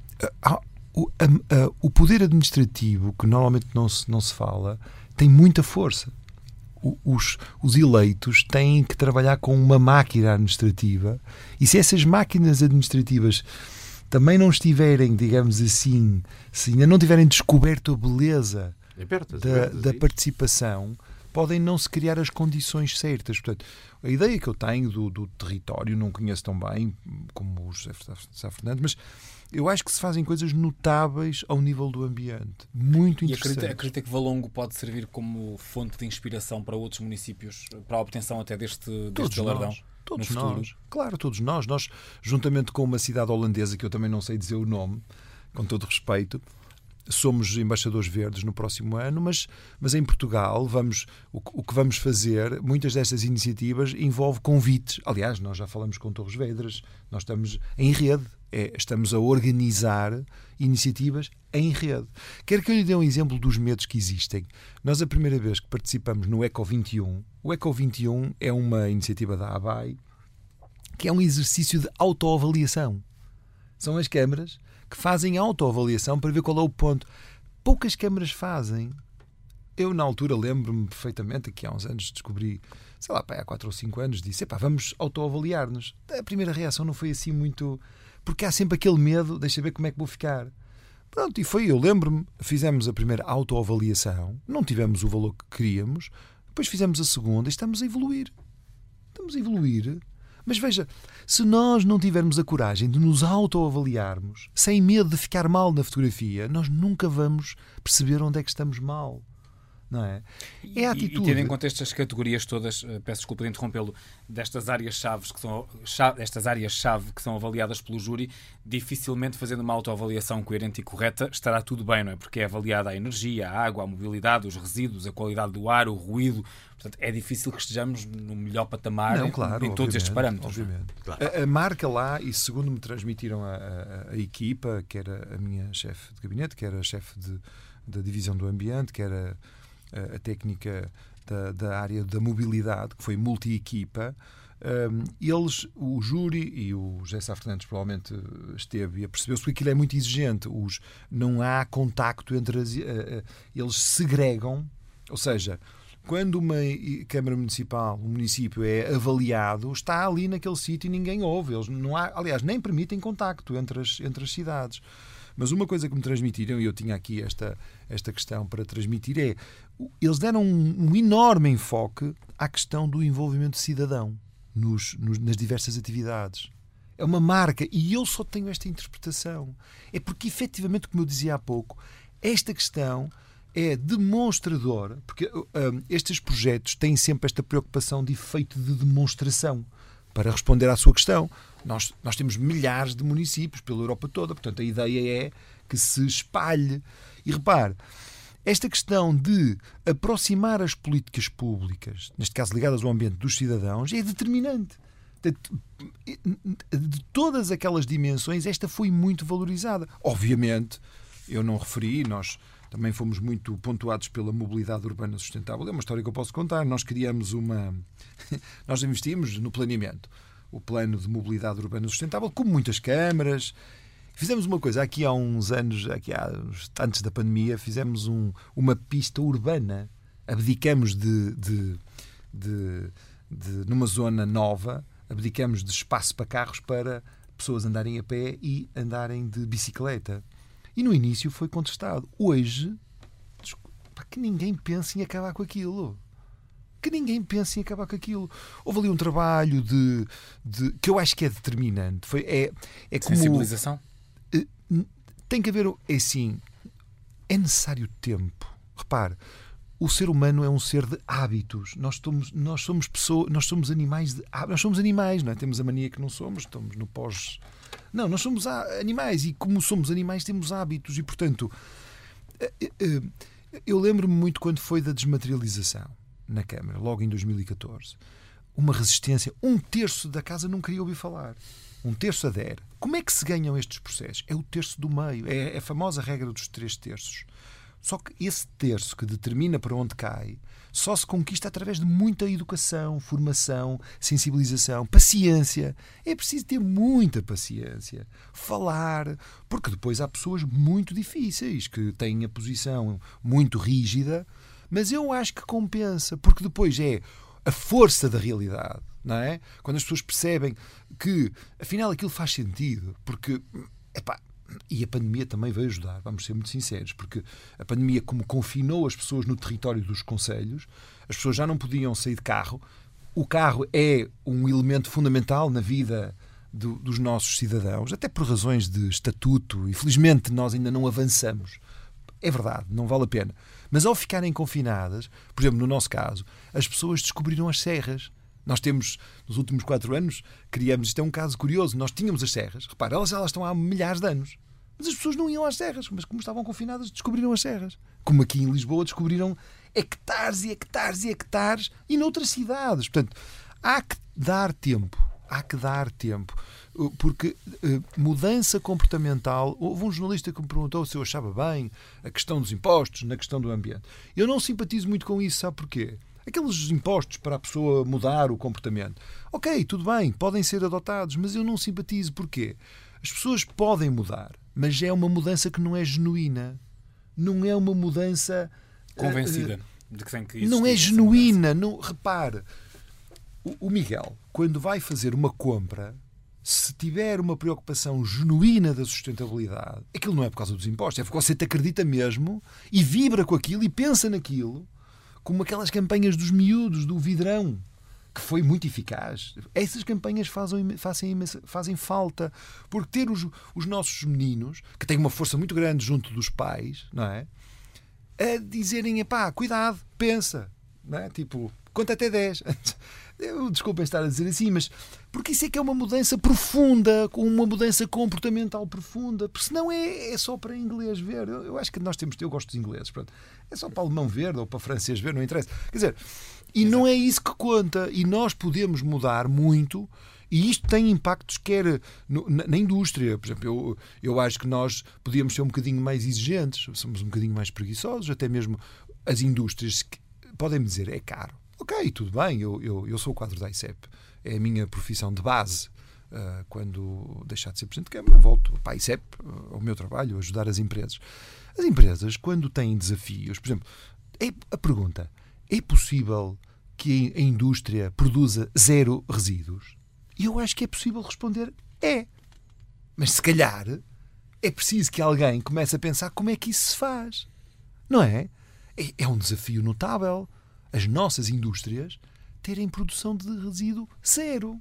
B: O poder administrativo, que normalmente não se fala, tem muita força. Os eleitos têm que trabalhar com uma máquina administrativa e se essas máquinas administrativas também não estiverem, digamos assim, se ainda não tiverem descoberto a beleza da participação, podem não se criar as condições certas. Portanto, a ideia que eu tenho do território, não conheço tão bem como o José Sá Fernandes, mas eu acho que se fazem coisas notáveis ao nível do ambiente. Muito interessante.
A: E acredita que Valongo pode servir como fonte de inspiração para outros municípios, para a obtenção até deste galardão?
B: Todos nós. Claro, todos nós. Nós, juntamente com uma cidade holandesa, que eu também não sei dizer o nome, com todo respeito, somos embaixadores verdes no próximo ano, mas em Portugal o que vamos fazer, muitas destas iniciativas envolve convites. Aliás, nós já falamos com Torres Vedras, nós estamos em rede, estamos a organizar iniciativas em rede. Quero que eu lhe dê um exemplo dos medos que existem. Nós, a primeira vez que participamos no Eco 21, o Eco 21 é uma iniciativa da ABAI, que é um exercício de autoavaliação. São as câmaras que fazem autoavaliação para ver qual é o ponto. Poucas câmaras fazem. Eu, na altura, lembro-me perfeitamente que há uns anos descobri, sei lá, há 4 ou 5 anos, disse, vamos autoavaliar-nos. A primeira reação não foi assim muito... Porque há sempre aquele medo, deixa ver como é que vou ficar. Pronto, e foi, eu lembro-me, fizemos a primeira autoavaliação, não tivemos o valor que queríamos, depois fizemos a segunda e estamos a evoluir. Mas veja, se nós não tivermos a coragem de nos autoavaliarmos, sem medo de ficar mal na fotografia, nós nunca vamos perceber onde é que estamos mal. não é? É a atitude.
A: E tendo em conta estas categorias todas, peço desculpa de interrompê-lo, destas áreas-chave que são avaliadas pelo júri, dificilmente fazendo uma autoavaliação coerente e correta estará tudo bem, não é? Porque é avaliada a energia, a água, a mobilidade, os resíduos, a qualidade do ar, o ruído. Portanto, é difícil que estejamos no melhor patamar em todos estes parâmetros.
B: Obviamente. Claro. A marca lá, e segundo me transmitiram a equipa, que era a minha chefe de gabinete, que era a chefe da divisão do ambiente, que era a técnica da área da mobilidade, que foi multi-equipa, eles, o júri, e o José Sá Fernandes provavelmente esteve e apercebeu-se que aquilo é muito exigente, não há contacto entre eles segregam, ou seja, quando uma Câmara Municipal, um município é avaliado, está ali naquele sítio e ninguém ouve, eles não há, aliás, nem permitem contacto entre as cidades. Mas uma coisa que me transmitiram, e eu tinha aqui esta questão para transmitir, eles deram um enorme enfoque à questão do envolvimento cidadão nas diversas atividades. É uma marca, e eu só tenho esta interpretação. É porque, efetivamente, como eu dizia há pouco, esta questão é demonstradora, porque estes projetos têm sempre esta preocupação de efeito de demonstração. Para responder à sua questão, nós temos milhares de municípios pela Europa toda, portanto a ideia é que se espalhe. E repare, esta questão de aproximar as políticas públicas, neste caso ligadas ao ambiente dos cidadãos, é determinante. De todas aquelas dimensões, esta foi muito valorizada. Obviamente, eu não referi, nós também fomos muito pontuados pela mobilidade urbana sustentável. É uma história que eu posso contar. Nós criamos nós investimos no planeamento. O plano de mobilidade urbana sustentável, como muitas câmaras. Fizemos uma coisa, aqui há uns anos, antes da pandemia, fizemos uma pista urbana. Abdicamos numa zona nova, abdicamos de espaço para carros para pessoas andarem a pé e andarem de bicicleta. E no início foi contestado. Hoje, que ninguém pense em acabar com aquilo. Houve ali um trabalho que eu acho que é determinante. É como
A: sensibilização?
B: Tem que haver, assim, é necessário tempo. Repare, o ser humano é um ser de hábitos. Nós somos pessoas, nós somos animais não é? Temos a mania que não somos, estamos no pós. Não, nós somos animais e como somos animais temos hábitos e, portanto, eu lembro-me muito quando foi da desmaterialização na Câmara, logo em 2014. Uma resistência, 1/3 da casa não queria ouvir falar. 1/3 adere. Como é que se ganham estes processos? É o terço do meio. É a famosa regra dos 3/3. Só que esse terço que determina para onde cai só se conquista através de muita educação, formação, sensibilização, paciência. É preciso ter muita paciência. Falar, porque depois há pessoas muito difíceis que têm a posição muito rígida, mas eu acho que compensa, porque depois é a força da realidade, não é? Quando as pessoas percebem que afinal aquilo faz sentido, porque e a pandemia também veio ajudar, vamos ser muito sinceros, porque a pandemia, como confinou as pessoas no território dos concelhos, as pessoas já não podiam sair de carro. O carro é um elemento fundamental na vida dos nossos cidadãos, até por razões de estatuto, e felizmente nós ainda não avançamos. É verdade, não vale a pena. Mas ao ficarem confinadas, por exemplo, no nosso caso, as pessoas descobriram as serras. Nós temos, nos últimos 4 anos, criamos, isto é um caso curioso, nós tínhamos as serras. Repara, elas estão há milhares de anos. Mas as pessoas não iam às serras, mas como estavam confinadas, descobriram as serras. Como aqui em Lisboa descobriram hectares e hectares e hectares e noutras cidades. Portanto, há que dar tempo. Porque mudança comportamental... Houve um jornalista que me perguntou se eu achava bem a questão dos impostos na questão do ambiente. Eu não simpatizo muito com isso, sabe porquê? Aqueles impostos para a pessoa mudar o comportamento. Ok, tudo bem, podem ser adotados, mas eu não simpatizo. Porquê? As pessoas podem mudar, mas é uma mudança que não é genuína. Não é uma mudança...
A: convencida de que tem que existir.
B: Não é genuína. Não, repare, o Miguel, quando vai fazer uma compra, se tiver uma preocupação genuína da sustentabilidade, aquilo não é por causa dos impostos, é porque você te acredita mesmo e vibra com aquilo e pensa naquilo, como aquelas campanhas dos miúdos, do vidrão, que foi muito eficaz. Essas campanhas fazem falta, porque ter os nossos meninos, que têm uma força muito grande junto dos pais, não é? a dizerem, cuidado, pensa, não é? Tipo, conta até 10. Desculpem estar a dizer assim, mas porque isso é que é uma mudança profunda, uma mudança comportamental profunda, porque senão é só para inglês ver. Eu acho que eu gosto dos ingleses, pronto. É só para alemão ver ou para francês ver, não interessa. Quer dizer, e não é isso que conta, e nós podemos mudar muito. E isto tem impactos quer na indústria. Por exemplo, eu acho que nós podíamos ser um bocadinho mais exigentes, somos um bocadinho mais preguiçosos, até mesmo as indústrias podem-me dizer, é caro. Ok, tudo bem, eu sou o quadro da ICEP, é a minha profissão de base. Quando deixar de ser Presidente de Câmara, volto para a ICEP, ao meu trabalho, ajudar as empresas. As empresas, quando têm desafios, por exemplo, a pergunta, é possível que a indústria produza 0 resíduos? E eu acho que é possível responder Mas se calhar é preciso que alguém comece a pensar como é que isso se faz. Não é? É um desafio notável as nossas indústrias terem produção de resíduo 0.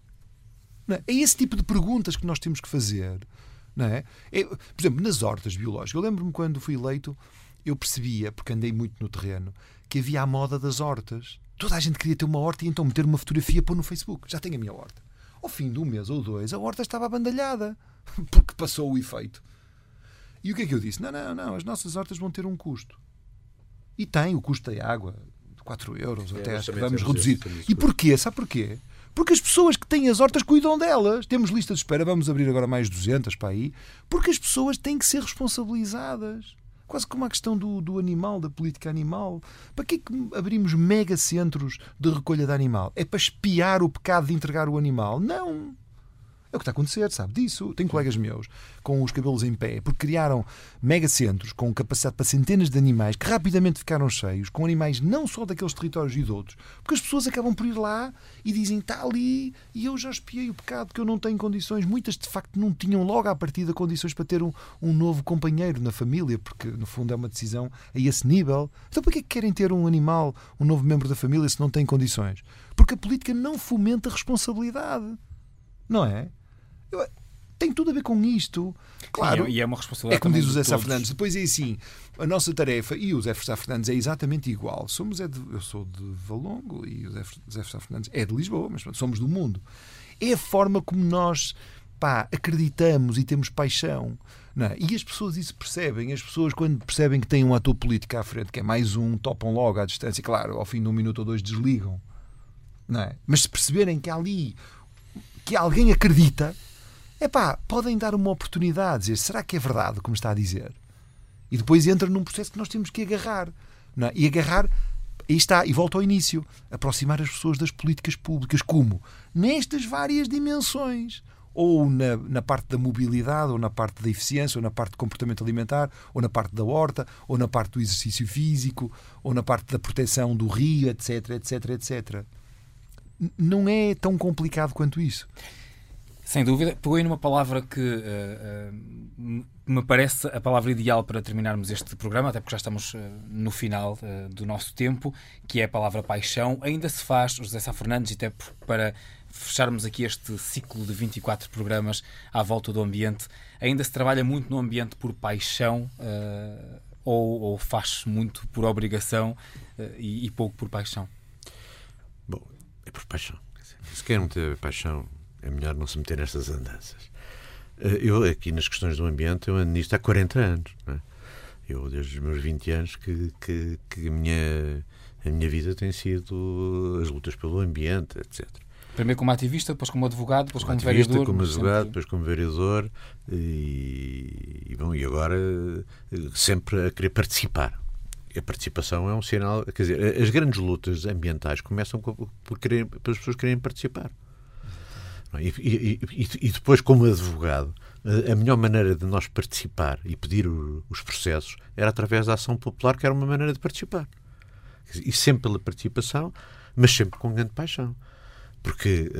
B: Não é? É esse tipo de perguntas que nós temos que fazer. Não é? Por exemplo, nas hortas biológicas, eu lembro-me quando fui eleito, eu percebia, porque andei muito no terreno, que havia a moda das hortas. Toda a gente queria ter uma horta e então meter uma fotografia e pôr no Facebook. Já tenho a minha horta. Ao fim de 1 mês ou 2, a horta estava abandalhada, porque passou o efeito. E o que é que eu disse? Não, as nossas hortas vão ter um custo. E tem o custo da água, de 4 euros, até acho que vamos reduzir. E porquê? Sabe porquê? Porque as pessoas que têm as hortas cuidam delas. Temos lista de espera, vamos abrir agora mais 200 para aí, porque as pessoas têm que ser responsabilizadas. Quase como a questão do animal, da política animal. Para que é que abrimos megacentros de recolha de animal? É para espiar o pecado de entregar o animal? Não. É o que está a acontecer, sabe disso? Tenho colegas meus com os cabelos em pé, porque criaram megacentros com capacidade para centenas de animais que rapidamente ficaram cheios, com animais não só daqueles territórios e de outros, porque as pessoas acabam por ir lá e dizem, está ali, e eu já espiei o pecado que eu não tenho condições. Muitas, de facto, não tinham logo à partida condições para ter um novo companheiro na família, porque, no fundo, é uma decisão a esse nível. Então, para que é que querem ter um animal, um novo membro da família, se não têm condições? Porque a política não fomenta a responsabilidade. Não é? Tem tudo a ver com isto. Claro,
A: e é uma responsabilidade.
B: É como diz o Zé
A: de
B: Sá Fernandes. Depois é assim, a nossa tarefa, e o Zé Sá Fernandes é exatamente igual. Eu sou de Valongo e o Zé Sá Fernandes é de Lisboa, mas somos do mundo. É a forma como nós acreditamos e temos paixão. Não é? E as pessoas isso percebem. As pessoas, quando percebem que têm um ator político à frente, que é mais um, topam logo à distância. Claro, ao fim de 1 minuto ou 2 desligam. Não é? Mas se perceberem que há ali, que alguém acredita, podem dar uma oportunidade, dizer, será que é verdade, como está a dizer? E depois entra num processo que nós temos que agarrar. Não é? E agarrar, aí está, e volta ao início, aproximar as pessoas das políticas públicas. Como? Nestas várias dimensões. Ou na parte da mobilidade, ou na parte da eficiência, ou na parte do comportamento alimentar, ou na parte da horta, ou na parte do exercício físico, ou na parte da proteção do rio, etc, etc, etc. Não é tão complicado quanto isso.
A: Sem dúvida. Pegou aí numa palavra que me parece a palavra ideal para terminarmos este programa, até porque já estamos no final do nosso tempo, que é a palavra paixão. Ainda se faz, José Sá Fernandes, até para fecharmos aqui este ciclo de 24 programas à volta do ambiente, ainda se trabalha muito no ambiente por paixão ou faz muito por obrigação e pouco por paixão?
C: Bom, é por paixão. Se querem ter paixão, é melhor não se meter nestas andanças. Eu, aqui nas questões do ambiente, eu ando nisto há 40 anos. Não é? Eu, desde os meus 20 anos, que a minha vida tem sido as lutas pelo ambiente, etc.
A: Primeiro como ativista, depois como advogado, depois como
C: ativista,
A: vereador.
C: como advogado, depois como vereador e agora sempre a querer participar. A participação é um sinal... Quer dizer, as grandes lutas ambientais começam por as pessoas quererem participar. E depois, como advogado, a melhor maneira de nós participar e pedir os processos era através da ação popular, que era uma maneira de participar. E sempre pela participação, mas sempre com grande paixão. Porque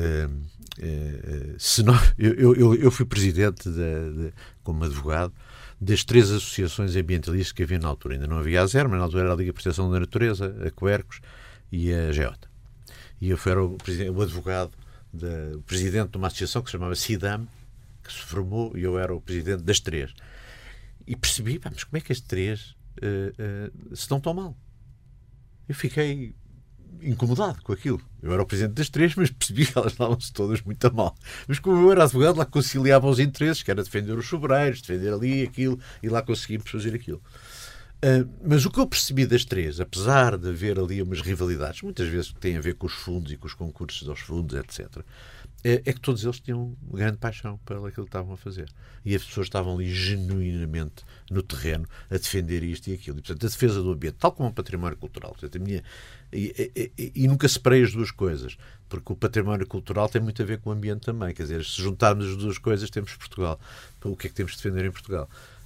C: eu fui presidente, como advogado, das 3 associações ambientalistas que havia na altura. Ainda não havia a ZER, mas na altura era a Liga de Proteção da Natureza, a Quercus e a Geota. E eu fui o advogado, o presidente de uma associação que se chamava CIDAM, que se formou, e eu era o presidente das 3. E percebi, mas como é que as 3 se dão tão mal. Eu fiquei incomodado com aquilo. Eu era o presidente das três, mas percebi que elas davam-se todas muito a mal. Mas como eu era advogado, lá conciliava os interesses, que era defender os sobreiros, defender ali aquilo, e lá conseguimos fazer aquilo. Mas o que eu percebi das três, apesar de haver ali umas rivalidades, muitas vezes que têm a ver com os fundos e com os concursos dos fundos, etc., é que todos eles tinham grande paixão pelo aquilo que estavam a fazer. E as pessoas estavam ali genuinamente no terreno a defender isto e aquilo. E, portanto, a defesa do ambiente, tal como o património cultural. Portanto, e nunca separei as duas coisas, porque o património cultural tem muito a ver com o ambiente também. Quer dizer, se juntarmos as duas coisas, temos Portugal. O que é que temos de defender em Portugal?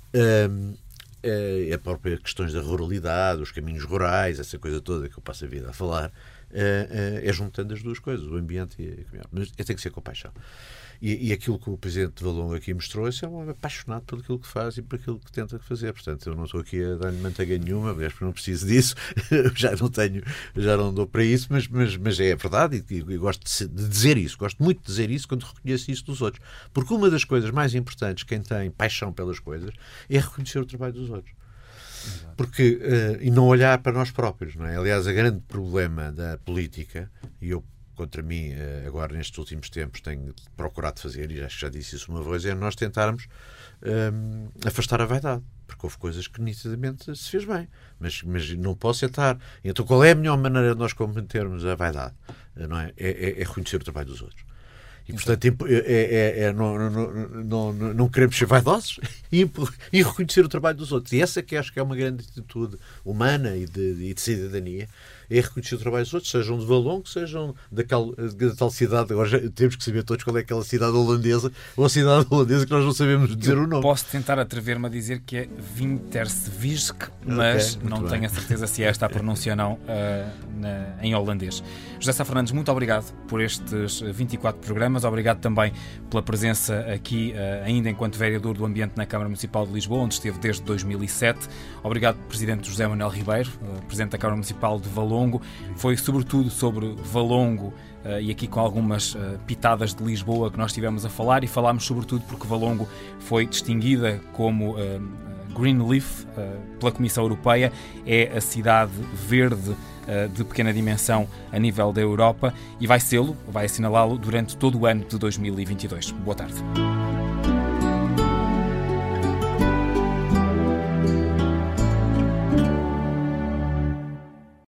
C: A própria questões da ruralidade, os caminhos rurais, essa coisa toda que eu passo a vida a falar, é juntando as duas coisas, o ambiente e a comunidade. Mas tem que ser com paixão. E aquilo que o Presidente de Valongo aqui mostrou, é um homem apaixonado por aquilo que faz e por aquilo que tenta fazer. Portanto, eu não estou aqui a dar-lhe manteiga nenhuma, aliás, porque não preciso disso, já não dou para isso, mas é verdade e gosto de dizer isso, gosto muito de dizer isso quando reconheço isso dos outros. Porque uma das coisas mais importantes, quem tem paixão pelas coisas, é reconhecer o trabalho dos outros. Porque, e não olhar para nós próprios, não é? Aliás, o grande problema da política, e eu, contra mim, agora nestes últimos tempos, tenho procurado fazer, e acho que já disse isso uma vez, é nós tentarmos afastar a vaidade. Porque houve coisas que nitidamente se fez bem, mas não posso estar. Então, qual é a melhor maneira de nós combatermos a vaidade? Não é? É reconhecer o trabalho dos outros. E, portanto, não queremos ser vaidosos e reconhecer o trabalho dos outros. E essa que acho que é uma grande atitude humana e de cidadania, é reconhecer o trabalho dos outros, sejam de Valongo, sejam da tal cidade. Agora já temos que saber todos qual é aquela cidade holandesa, ou a cidade holandesa que nós não sabemos dizer o nome.
A: Posso tentar atrever-me a dizer que é Winterswijk, mas não tenho a certeza se é esta a pronúncia ou não em holandês. José Sá Fernandes, muito obrigado por estes 24 programas. Obrigado também pela presença aqui, ainda enquanto vereador do Ambiente na Câmara Municipal de Lisboa, onde esteve desde 2007. Obrigado, Presidente José Manuel Ribeiro, Presidente da Câmara Municipal de Valongo. Foi sobretudo sobre Valongo e aqui com algumas pitadas de Lisboa que nós estivemos a falar, e falámos sobretudo porque Valongo foi distinguida como Greenleaf pela Comissão Europeia. É a cidade verde de pequena dimensão a nível da Europa e vai assinalá-lo durante todo o ano de 2022. Boa tarde.